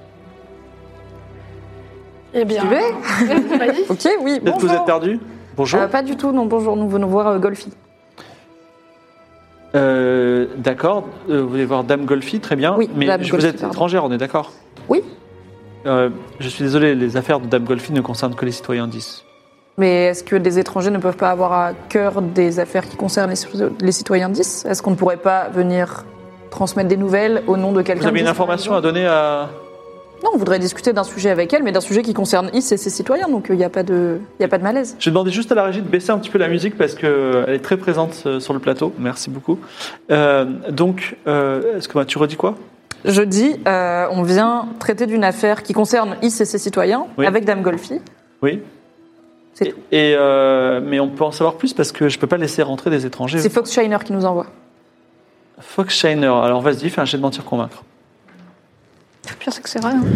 Eh bien. Tu veux? Vas-y. Ok, oui, Peut-être que bonjour. vous êtes perdu? Bonjour. Pas du tout, non, bonjour, nous venons voir Golfi. D'accord, vous voulez voir Dame Golfi, très bien. Oui, mais Dame vous Golfi, êtes pardon. étrangère, on est d'accord? Oui. Je suis désolé, les affaires de Dame Golfi ne concernent que les citoyens 10. Mais est-ce que des étrangers ne peuvent pas avoir à cœur des affaires qui concernent les citoyens 10? Est-ce qu'on ne pourrait pas venir transmettre des nouvelles au nom de quelqu'un? Vous avez une 10, information par à donner à... Non, on voudrait discuter d'un sujet avec elle, mais d'un sujet qui concerne Is et ses citoyens, donc il n'y a pas de malaise. Je vais demander juste à la régie de baisser un petit peu la musique parce qu'elle est très présente sur le plateau. Merci beaucoup. Est-ce que tu redis quoi? Je dis, on vient traiter d'une affaire qui concerne Is et ses citoyens Oui. avec Dame Golfi. Oui. C'est tout. Mais on peut en savoir plus parce que je ne peux pas laisser rentrer des étrangers. C'est Foxshiner qui nous envoie. Foxshiner. Alors vas-y, fais un jet de mentir convaincre. Le pire, c'est que c'est vrai. Hein.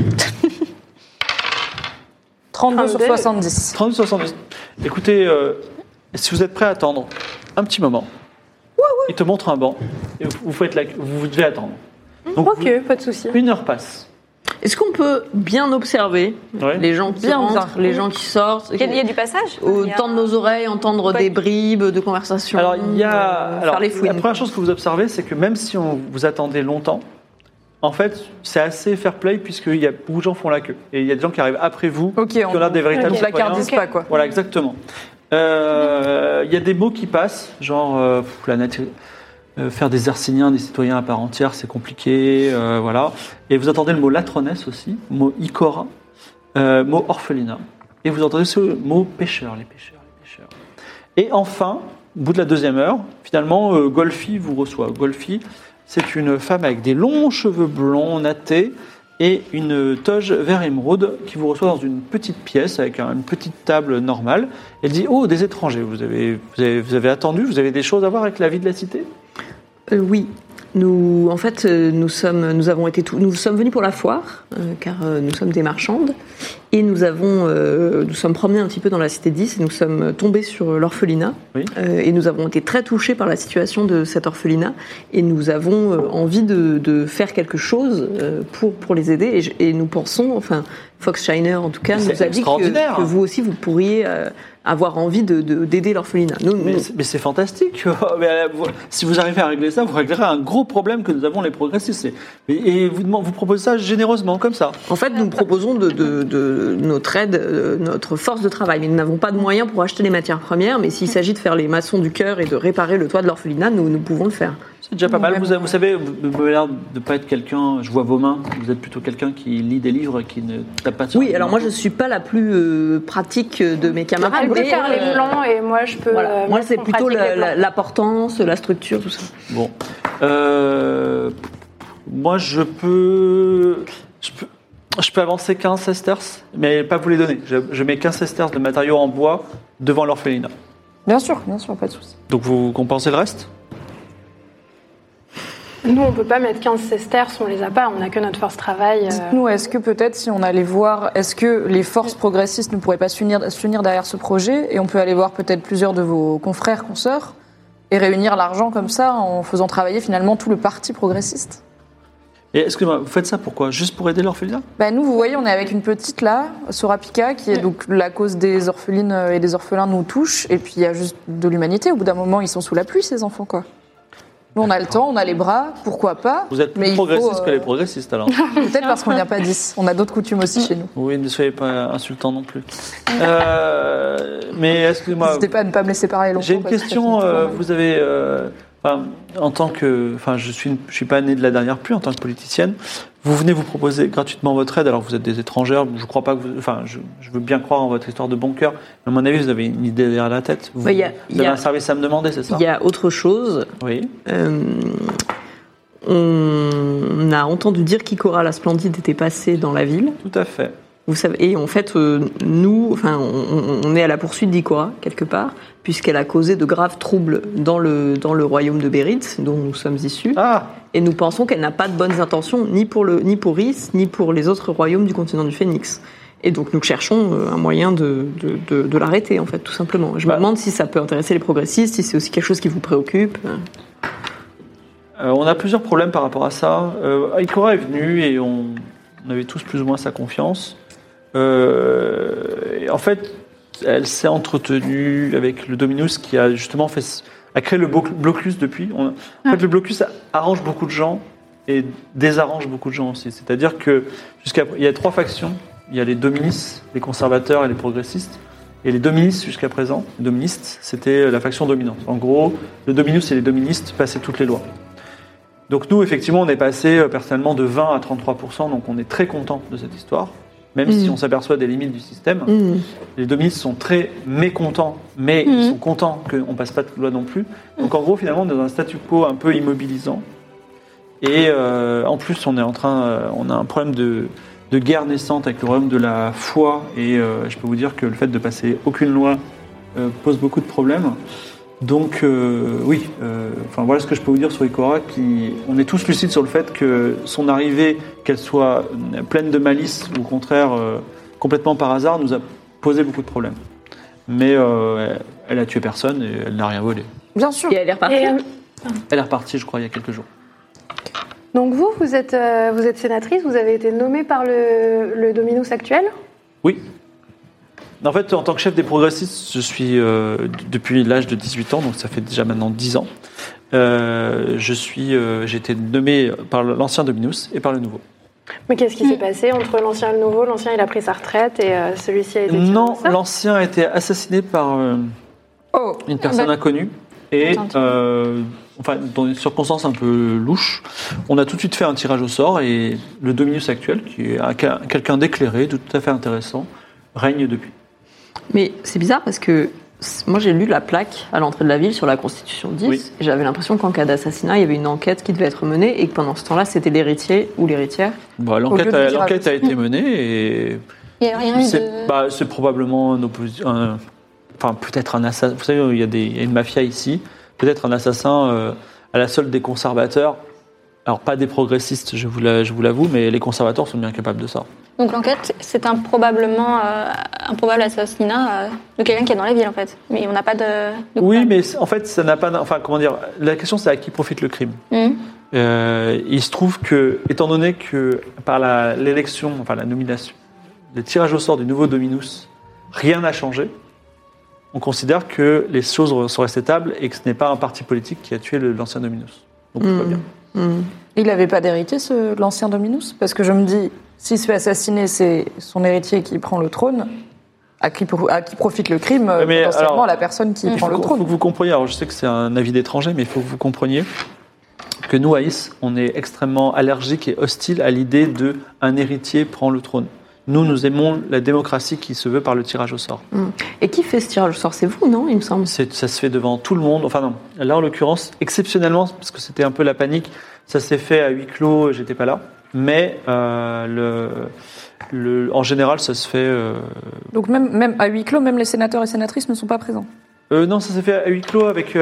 32 sur 70. 30-70. Écoutez, si vous êtes prêts à attendre un petit moment, il te montre un banc et vous devez attendre. Donc, Ok, pas de souci. 1 heure passe. Est-ce qu'on peut bien observer Ouais. les gens qui Bien, rentrent, bien. les gens qui sortent, Il y a du passage. au Il y a- temps de nos oreilles, entendre des bribes de conversation, Alors, il y a. faire les La fouines. première chose que vous observez, c'est que même si vous attendez longtemps, en fait, c'est assez fair play puisqu'il y a beaucoup de gens font la queue. Et il y a des gens qui arrivent après vous, Ok, qui ont l'air des véritables on la citoyens. cardise pas, quoi. Voilà, exactement. Il y a des mots qui passent, genre la nature. Faire des Arsiniens, des citoyens à part entière, c'est compliqué, voilà. Et vous entendez le mot latronesse aussi, mot Ikora, mot orphelinat. Et vous entendez ce mot pêcheur, les pêcheurs. Et enfin, au bout de la 2e heure, finalement, Golfi vous reçoit. Golfi, c'est une femme avec des longs cheveux blonds nattés et une toge vert émeraude qui vous reçoit dans une petite pièce avec une petite table normale. Elle dit « Oh, des étrangers, vous avez attendu, vous avez des choses à voir avec la vie de la cité ?» Oui. Nous sommes venus pour la foire, car nous sommes des marchandes, et nous sommes promenés un petit peu dans la cité 10 et nous sommes tombés sur l'orphelinat. Oui. Et nous avons été très touchés par la situation de cet orphelinat, et nous avons envie de faire quelque chose pour les aider. Et nous pensons, enfin, Fox Shiner en tout cas, C'est nous a dit extraordinaire. que vous aussi vous pourriez avoir envie d'aider l'orphelinat. Mais c'est fantastique. Si vous arrivez à régler ça, vous réglerez un gros problème que nous avons les progressistes. Et vous proposez ça généreusement, comme ça. En fait, nous proposons de notre aide, notre force de travail, mais nous n'avons pas de moyens pour acheter les matières premières. Mais s'il s'agit de faire les maçons du cœur et de réparer le toit de l'orphelinat, nous pouvons le faire. C'est déjà pas mal. Vous savez, vous avez l'air de ne pas être quelqu'un, je vois vos mains, vous êtes plutôt quelqu'un qui lit des livres et qui ne tape pas sur Oui, les alors mains. moi je ne suis pas la plus pratique de mes camarades. Elle peut faire les moulants et moi je peux. Voilà. Moi c'est mettre en plutôt pratique les plans. l'importance, la structure, tout ça. Bon. Moi, je peux avancer 15 sesterces, mais pas vous les donner. Je mets 15 sesterces de matériaux en bois devant l'orphelinat. Bien sûr, pas de souci. Donc vous compensez le reste ? Nous, on peut pas mettre 15 sesterces, on les a pas, on a que notre force travail. Dites-nous, est-ce que peut-être si on allait voir, est-ce que les forces progressistes ne pourraient pas s'unir derrière ce projet et on peut aller voir peut-être plusieurs de vos confrères, consoeurs et réunir l'argent comme ça en faisant travailler finalement tout le parti progressiste? Et excusez-moi, vous faites ça pourquoi ? Juste pour aider l'orphelinat ? Nous, vous voyez, on est avec une petite là, Sorapika, qui est donc la cause des orphelines et des orphelins nous touche. Et puis il y a juste de l'humanité. Au bout d'un moment, ils sont sous la pluie, ces enfants, quoi. Nous, on a le temps, on a les bras, pourquoi pas. Vous êtes plus mais progressiste que les progressistes alors. Peut-être parce qu'on vient pas 10. On a d'autres coutumes aussi chez nous. Oui, ne soyez pas insultant non plus. Mais excusez-moi. N'hésitez pas à ne pas me laisser parler longtemps. J'ai une parce que ça question. finit toujours mal. Vous avez, en tant que, je suis pas né de la dernière pluie en tant que politicienne. Vous venez vous proposer gratuitement votre aide. Alors vous êtes des étrangères. Je crois pas que je veux bien croire en votre histoire de bon cœur. Mais à mon avis, vous avez une idée derrière la tête. Vous avez un service à me demander, c'est ça ? Il y a autre chose. Oui. On a entendu dire qu'Ikora la Splendide était passée dans la ville. Tout à fait. Vous savez, et en fait, on est à la poursuite d'Ikora, quelque part, puisqu'elle a causé de graves troubles dans le royaume de Bérith, dont nous sommes issus. Ah. Et nous pensons qu'elle n'a pas de bonnes intentions, ni pour Rhys, ni pour les autres royaumes du continent du Phénix. Et donc nous cherchons un moyen de l'arrêter, en fait, tout simplement. Je me demande si ça peut intéresser les progressistes, si c'est aussi quelque chose qui vous préoccupe. On a plusieurs problèmes par rapport à ça. Ikora est venue et on avait tous plus ou moins sa confiance. Et en fait, elle s'est entretenue avec le Dominus qui a justement a créé le blocus depuis. En fait, le blocus arrange beaucoup de gens et désarrange beaucoup de gens aussi. C'est-à-dire que il y a 3 factions. Il y a les Dominis, les conservateurs et les progressistes. Et les Dominis, jusqu'à présent, les Doministes, c'était la faction dominante. En gros, le Dominus et les Doministes passaient toutes les lois. Donc nous, effectivement, on est passé personnellement de 20 à 33%, donc on est très content de cette histoire, même si on s'aperçoit des limites du système. Les Doministes sont très mécontents, mais ils sont contents qu'on ne passe pas de loi non plus. Donc en gros, finalement, on est dans un statu quo un peu immobilisant. Et en plus, on a un problème de guerre naissante avec le royaume de la foi, et je peux vous dire que le fait de passer aucune loi pose beaucoup de problèmes. Donc oui, voilà ce que je peux vous dire sur Ikora. On est tous lucides sur le fait que son arrivée, qu'elle soit pleine de malice ou au contraire complètement par hasard, nous a posé beaucoup de problèmes. Mais elle a tué personne et elle n'a rien volé. Bien sûr. Et elle est repartie. Elle est repartie, je crois, il y a quelques jours. Donc vous êtes sénatrice, vous avez été nommée par le Dominus actuel. Oui. En fait, en tant que chef des progressistes, je suis depuis l'âge de 18 ans, donc ça fait déjà maintenant 10 ans. J'ai été nommé par l'ancien Dominus et par le nouveau. Mais qu'est-ce qui s'est passé entre l'ancien et le nouveau ? L'ancien, il a pris sa retraite et celui-ci a été tiré Non, au sort. l'ancien a été assassiné par une personne inconnue. Et dans des circonstances un peu louches, on a tout de suite fait un tirage au sort et le Dominus actuel, qui est quelqu'un d'éclairé, de tout à fait intéressant, règne depuis. Mais c'est bizarre parce que moi j'ai lu la plaque à l'entrée de la ville sur la Constitution 10 Oui. et j'avais l'impression qu'en cas d'assassinat, il y avait une enquête qui devait être menée et que pendant ce temps-là, c'était l'héritier ou l'héritière. L'enquête a été menée et Il n'y a rien eu de... c'est probablement peut-être un assassin. Vous savez, il y a une mafia ici, peut-être un assassin à la solde des conservateurs. Alors, pas des progressistes, je vous l'avoue, mais les conservateurs sont bien capables de ça. Donc l'enquête, c'est un probable assassinat de quelqu'un qui est dans la ville, en fait. Mais on n'a pas de Oui, coupable. mais en fait, ça n'a pas... Enfin, comment dire, la question, c'est à qui profite le crime. Mhm. Il se trouve que, étant donné que par l'élection, enfin la nomination, le tirage au sort du nouveau Dominus, rien n'a changé, on considère que les choses sont restées stables et que ce n'est pas un parti politique qui a tué l'ancien Dominus. Donc tout va bien. Il n'avait pas d'héritier, l'ancien Dominus? Parce que je me dis, s'il se fait assassiner, c'est son héritier qui prend le trône. À qui profite le crime? Mais Potentiellement alors, la personne qui prend le Il trône. faut que vous compreniez, alors je sais que c'est un avis d'étranger, mais il faut que vous compreniez que nous, à Is, on est extrêmement allergique et hostile à l'idée d'un héritier prend le trône. Nous aimons la démocratie qui se veut par le tirage au sort. Et qui fait ce tirage au sort? C'est vous, non, il me semble? Ça se fait devant tout le monde. Enfin non, là en l'occurrence, exceptionnellement, parce que c'était un peu la panique, ça s'est fait à huis clos, j'étais pas là. Mais en général, ça se fait... Donc même à huis clos, même les sénateurs et sénatrices ne sont pas présents? Non, ça s'est fait à huis clos avec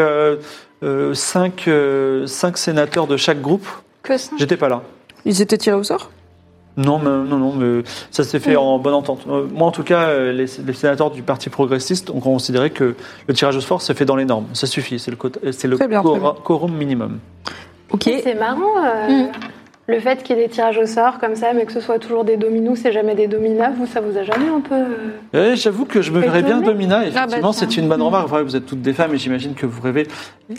5 sénateurs de chaque groupe. Que ça. J'étais pas là. Ils étaient tirés au sort? Non, mais ça s'est fait en bonne entente. Moi, en tout cas, les sénateurs du Parti progressiste ont considéré que le tirage au sort se fait dans les normes. Ça suffit, c'est le Très bien, très bien. quorum minimum. Ok. C'est marrant, le fait qu'il y ait des tirages au sort comme ça, mais que ce soit toujours des dominus et jamais des dominas, ça vous a jamais un peu... J'avoue que je me verrais bien Domina. Effectivement, tiens. c'est une bonne remarque. Vous êtes toutes des femmes et j'imagine que vous rêvez.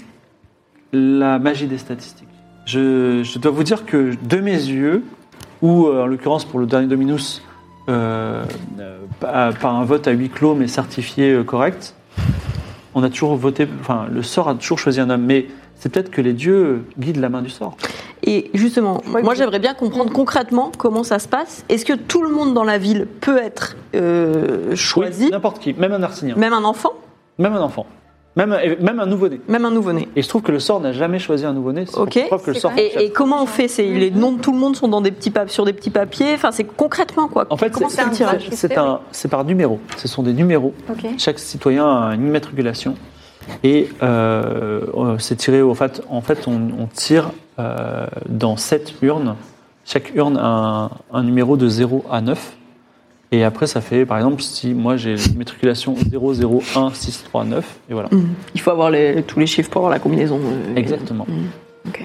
La magie des statistiques. Je dois vous dire que de mes yeux, ou en l'occurrence pour le dernier Dominus, par un vote à huis clos mais certifié correct, on a toujours voté, enfin le sort a toujours choisi un homme, mais c'est peut-être que les dieux guident la main du sort. Et justement, moi j'aimerais bien comprendre concrètement comment ça se passe. Est-ce que tout le monde dans la ville peut être choisi? Oui, n'importe qui, même un arsinien, Même un enfant? même un enfant, même un nouveau-né. Même un nouveau-né? Et il se trouve que le sort n'a jamais choisi un nouveau-né. C'est Ok. preuve que le C'est sort. quand même- fonctionne. Et comment on fait? Les noms de tout le monde sont dans sur des petits papiers. Enfin, c'est concrètement quoi? En fait, Comment c'est le tirage? c'est par numéro. Ce sont des numéros. Ok. Chaque citoyen a une immatriculation et c'est tiré en fait on tire dans 7 urnes. Chaque urne a un numéro de 0 à 9. Et après, ça fait, par exemple, si moi j'ai l'immatriculation 001639, et voilà. Il faut avoir tous les chiffres pour avoir la combinaison. Exactement. Ok.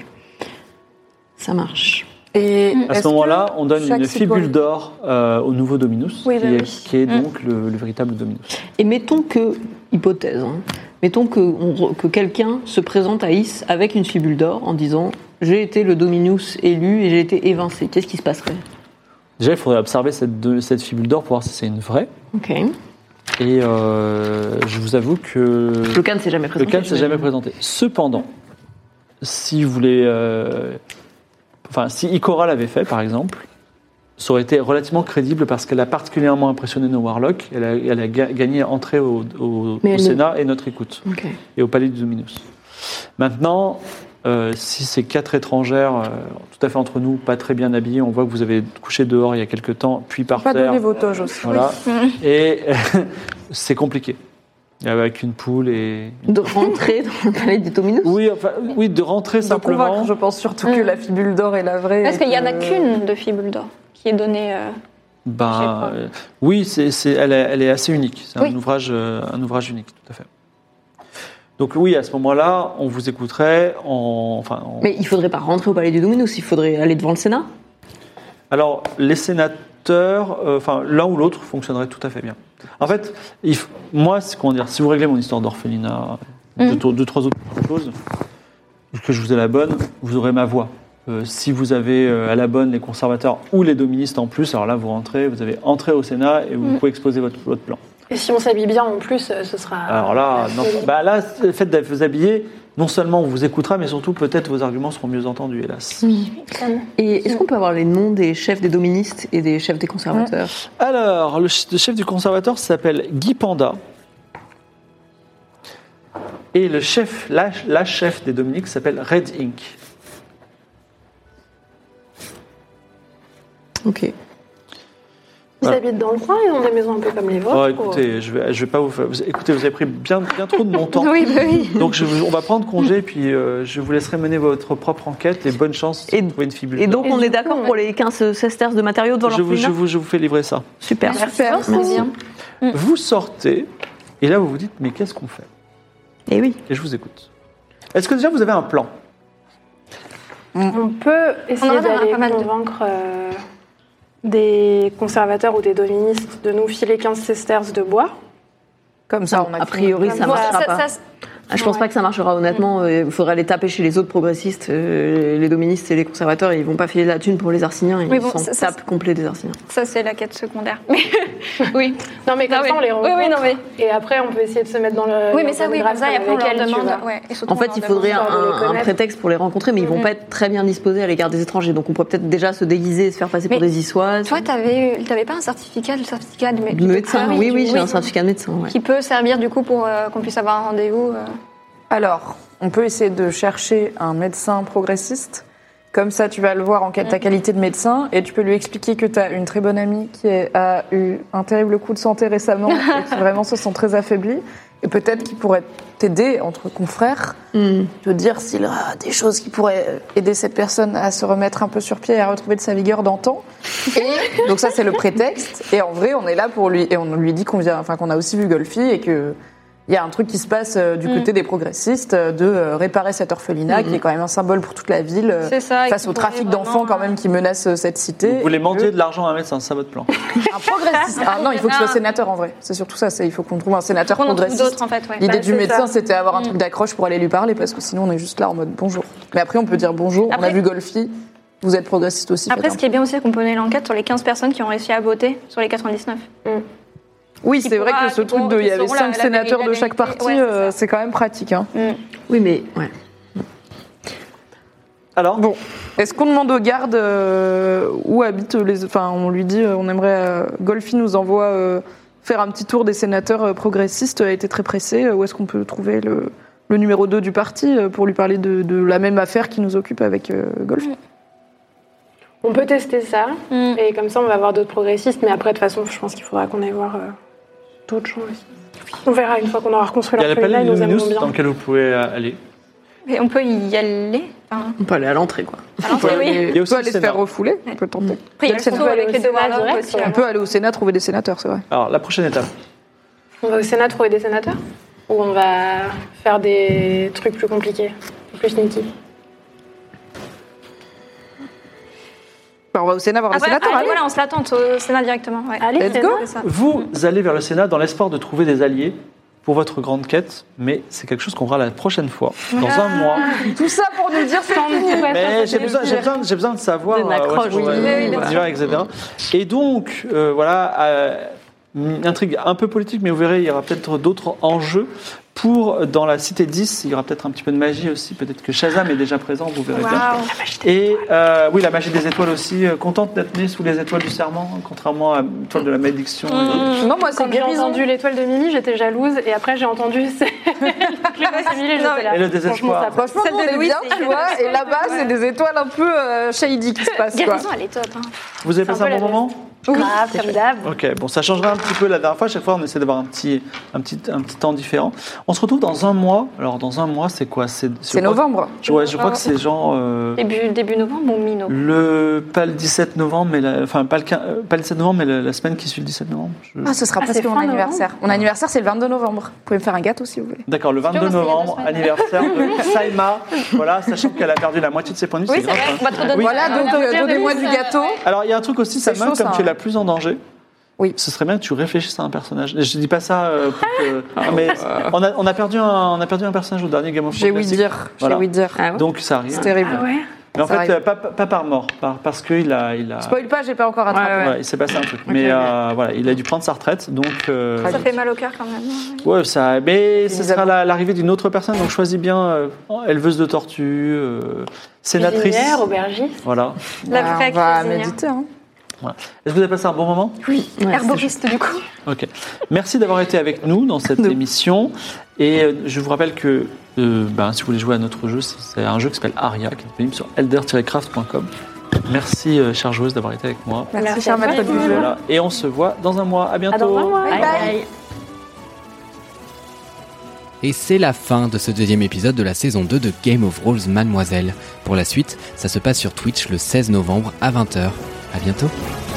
Ça marche. Et À est-ce ce moment-là, on donne chaque une fibule citoyen- d'or au nouveau Dominus, Oui, bah oui. qui est donc le véritable Dominus. Et mettons que, hypothèse, mettons que quelqu'un se présente à Is avec une fibule d'or en disant « J'ai été le Dominus élu et j'ai été évincé ». Qu'est-ce qui se passerait? Déjà, il faudrait observer cette fibule d'or pour voir si c'est une vraie. Ok. Et je vous avoue que Le cas ne s'est jamais le présenté. cas ne s'est jamais présenté. Cependant, si vous voulez... si Ikora l'avait fait, par exemple, ça aurait été relativement crédible parce qu'elle a particulièrement impressionné nos Warlocks. Elle a gagné entrée au Mais elle Sénat et notre écoute, Ok. et au Palais du Dominus. Maintenant, si ces 4 étrangères, tout à fait entre nous, pas très bien habillées, on voit que vous avez couché dehors il y a quelques temps, puis par Pas terre. donner vos toges aussi. Voilà. Et c'est compliqué. Avec une poule et... De rentrer dans le palais du Dominus? Oui, de rentrer De simplement. convaincre, je pense surtout que la fibule d'or est la vraie. Parce et qu'il n'y en a que- qu'une de fibule d'or qui est donnée. Ben, Je sais oui, elle est assez unique. C'est Oui. un ouvrage unique, tout à fait. Donc oui, à ce moment-là, on vous écouterait. Mais il faudrait pas rentrer au palais du Dominus, il faudrait aller devant le Sénat? Alors, les sénateurs, l'un ou l'autre fonctionnerait tout à fait bien. En fait, moi, si vous réglez mon histoire d'orphelinat, deux, trois autres choses, que je vous ai la bonne, vous aurez ma voix. Si vous avez à la bonne les conservateurs ou les doministes en plus, alors là, vous avez entré au Sénat et vous pouvez exposer votre plan. Et si on s'habille bien en plus, ce sera... Alors là, le fait de vous habiller, non seulement on vous écoutera, mais surtout peut-être vos arguments seront mieux entendus, hélas. Et est-ce qu'on peut avoir les noms des chefs des doministes et des chefs des conservateurs? Alors, le chef du conservateur s'appelle Guy Panda. Et la chef des Dominiques s'appelle Red Ink. Ok. Ils habitent dans le coin, ils ont des maisons un peu comme les vôtres. Oh, écoutez, je vais pas vous faire. Écoutez, vous avez pris bien trop de mon temps. Oui, bah oui. Donc on va prendre congé, puis je vous laisserai mener votre propre enquête et bonne chance de trouver une fibule. Et donc, Et on du est coup, d'accord pour les 15 sesterces de matériaux devant je l'orphelinat vous fais livrer ça. Super. Super. Merci. Vous sortez, et là vous vous dites, mais qu'est-ce qu'on fait? Et oui. Et je vous écoute. Est-ce que déjà vous avez un plan? On peut essayer On en a d'aller pas mal de- convaincre des conservateurs ou des doministes de nous filer 15 sesterces de bois. Comme ça, on a A priori, ça Bon, marchera pas. Je pense pas que ça marchera, honnêtement. Il faudrait aller taper chez les autres progressistes, les doministes et les conservateurs. Ils vont pas filer la thune pour les Arsiniens. Ils Oui, bon, s'en ça- tapent complet des Arsiniens. Ça, c'est la quête secondaire. Mais oui. Non, mais comme Ah ça, on les oui, rencontre. oui, non, mais. Et après, on peut essayer de se mettre dans le. Oui, mais ça, oui, comme ça, et après, on avec leur elle, tu demande. vois. Ouais, et surtout, En fait, on il leur faudrait demande- de les un connaître. prétexte pour les rencontrer, mais ils vont pas être très bien disposés à l'égard des étrangers. Donc, on pourrait peut-être déjà se déguiser et se faire passer pour Mais des Issoises. Toi, t'avais pas un certificat de Médecin, oui, j'ai un certificat de médecin. Ouais. qui peut servir du coup pour qu'on puisse avoir un rendez-vous. Alors, on peut essayer de chercher un médecin progressiste. Comme ça, tu vas le voir en ta qualité de médecin et tu peux lui expliquer que tu as une très bonne amie qui a eu un terrible coup de santé récemment et qui vraiment se sent très affaiblie. Et peut-être qu'il pourrait t'aider entre confrères, te dire s'il a des choses qui pourraient aider cette personne à se remettre un peu sur pied et à retrouver de sa vigueur d'antan. Et donc ça, c'est le prétexte. Et en vrai, on est là pour lui. Et on lui dit qu'on a aussi vu Golfi et que il y a un truc qui se passe du côté des progressistes de réparer cet orphelinat qui est quand même un symbole pour toute la ville C'est ça, et face qui au trafic pourrait d'enfants vraiment, quand même qui menace cette cité. Vous voulez Et mendier que de l'argent à un médecin, c'est ça votre plan? un progressiste. Ah non, il faut qu'il soit sénateur en vrai. C'est surtout ça. Il faut qu'on trouve un sénateur On en trouve progressiste. d'autres en fait, ouais. L'idée Bah, du c'est médecin, ça. c'était avoir un truc d'accroche pour aller lui parler parce que sinon on est juste là en mode bonjour. Mais après, on peut dire bonjour. On Après- a vu Golfi. Vous êtes progressiste aussi. Après, faites ce qui est bien aussi, c'est qu'on peut mener l'enquête sur les 15 personnes qui ont réussi à voter sur les 99. Oui, qui c'est vrai pourra- que ce qui truc pourront- de il y qui avait sauront 5 la sénateurs de vérité. chaque parti, Ouais, c'est ça. c'est quand même pratique. Hein. Oui, mais ouais. Alors Bon, est-ce qu'on demande aux gardes où habitent les... Enfin, on lui dit, on aimerait... Golfi nous envoie faire un petit tour des sénateurs progressistes, a été très pressé. Où est-ce qu'on peut trouver le numéro 2 du parti pour lui parler de la même affaire qui nous occupe avec Golfi? On peut tester ça. Mm. Et comme ça, on va avoir d'autres progressistes. Mais après, de toute façon, je pense qu'il faudra qu'on aille voir d'autres gens aussi. On verra une fois qu'on aura reconstruit Il y a la l'orphelinat, palais ils nous aimeront Luminous dans bien. lequel vous pouvez aller. Et on peut y aller. Enfin, On peut aller à l'entrée, quoi. à l'entrée, oui. Il y a aussi On peut le aller se Sénat. faire refouler, on peut tenter. Après, il y a le Peut-être saut qu'on peut avec aller les au deux Sénat warlocks direct, aussi. ouais. On peut aller au Sénat trouver des sénateurs, c'est vrai. Alors, la prochaine étape. On va au Sénat trouver des sénateurs? Ou on va faire des trucs plus compliqués, plus sneaky? Bah, on va au Sénat voir les Après, sénateurs, allez. voilà, on se l'attend au Sénat directement. Ouais. Allez, Let's Sénat. go. C'est ça. Vous allez vers le Sénat dans l'espoir de trouver des alliés pour votre grande quête, mais c'est quelque chose qu'on verra la prochaine fois, dans un mois. Tout ça pour nous dire c'est fini. Mais j'ai besoin de savoir D'une accroche, où est-ce qu'on va- oui, oui, bien on y sûr. va, etc. Et donc, voilà, une intrigue un peu politique, mais vous verrez, il y aura peut-être d'autres enjeux. Dans la cité 10, il y aura peut-être un petit peu de magie aussi. Peut-être que Shazam est déjà présent, vous verrez bien. Waouh. Et oui, la magie des étoiles aussi. Contente d'être née sous les étoiles du serment, contrairement à l'étoile de la malédiction. Non, moi c'est Quand j'ai guérison. entendu l'étoile de Mimi, j'étais jalouse. Et après, j'ai entendu Clémence et Mimi, j'étais là. Et le désespoir. Franchement, ça passe. Franchement, Celle nous, de on est Louis, bien, c'est tu vois. Et là-bas, c'est des étoiles un peu shady qui se passent, quoi. Guérison, elle est top. Hein. Vous avez C'est un passé peu un bon la moment? Grave, comme d'hab. Ok, bon, ça changera un petit peu la dernière fois. À chaque fois, on essaie d'avoir un petit temps différent. On se retrouve dans un mois. Alors, dans un mois, c'est quoi? C'est je crois- novembre. Ouais, je crois que c'est genre Début novembre ou mi-novembre? pas le 17 novembre, mais pas le 17 novembre, mais la semaine qui suit le 17 novembre. Ah, ce sera Ah, presque c'est mon fin anniversaire. Mon anniversaire, c'est le 22 novembre. Vous pouvez me faire un gâteau si vous voulez. D'accord, le 22 Parce qu'il y a 2 novembre, semaines. anniversaire de Saïma. Voilà, sachant qu'elle a perdu la moitié de ses points de vie. Oui, c'est c'est grave, vrai. hein. On va te redonner. Oui. Voilà, donc donnez-moi du gâteau. Alors, il y a un truc aussi, C'est Salma, chaud, comme ça, tu es hein. la plus en danger. Oui. Ce serait bien que tu réfléchisses à un personnage. Et je dis pas ça pour que. Non, mais on a perdu un personnage au dernier Game of Thrones. J'ai ouï classique. dire. J'ai Voilà. ouï dire. Ah ouais. Donc ça arrive. C'est terrible. Ah ouais? Mais en ça fait, arrive. pas par mort, parce qu'il a. Spoil pas, j'ai pas encore attrapé. Voilà, il s'est passé un truc. Mais voilà, il a dû prendre sa retraite. Donc. Ça fait mal au cœur quand même. Ouais, ça. Mais ce Évidemment. sera l'arrivée d'une autre personne. Donc choisis bien éleveuse de tortues, sénatrice. Cuisinière, aubergiste. Voilà. La Bah, vraie on va cuisinière. méditer. Hein. Est-ce que vous avez passé un bon moment? Oui. Herboriste du coup. Ok. Merci d'avoir été avec nous dans cette émission. Et je vous rappelle que si vous voulez jouer à notre jeu, c'est un jeu qui s'appelle Aria, qui est disponible sur elder-craft.com. Merci, chère joueuse, d'avoir été avec moi. Merci, cher maître du jeu. Voilà. Et on se voit dans un mois. À bientôt. dans un mois. Bye bye. Et c'est la fin de ce deuxième épisode de la saison 2 de Game of Rolls Mademoiselle. Pour la suite, ça se passe sur Twitch le 16 novembre à 20h. À bientôt.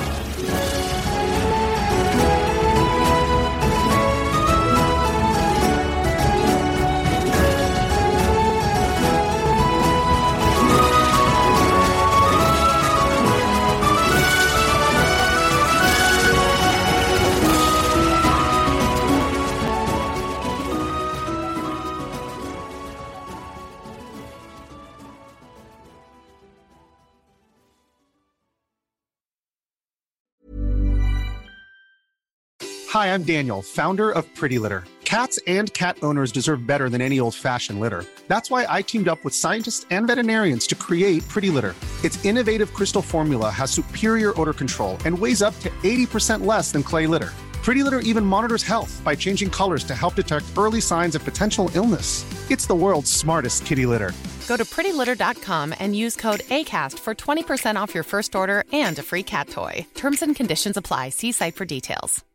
Hi, I'm Daniel, founder of Pretty Litter. Cats and cat owners deserve better than any old-fashioned litter. That's why I teamed up with scientists and veterinarians to create Pretty Litter. Its innovative crystal formula has superior odor control and weighs up to 80% less than clay litter. Pretty Litter even monitors health by changing colors to help detect early signs of potential illness. It's the world's smartest kitty litter. Go to prettylitter.com and use code ACAST for 20% off your first order and a free cat toy. Terms and conditions apply. See site for details.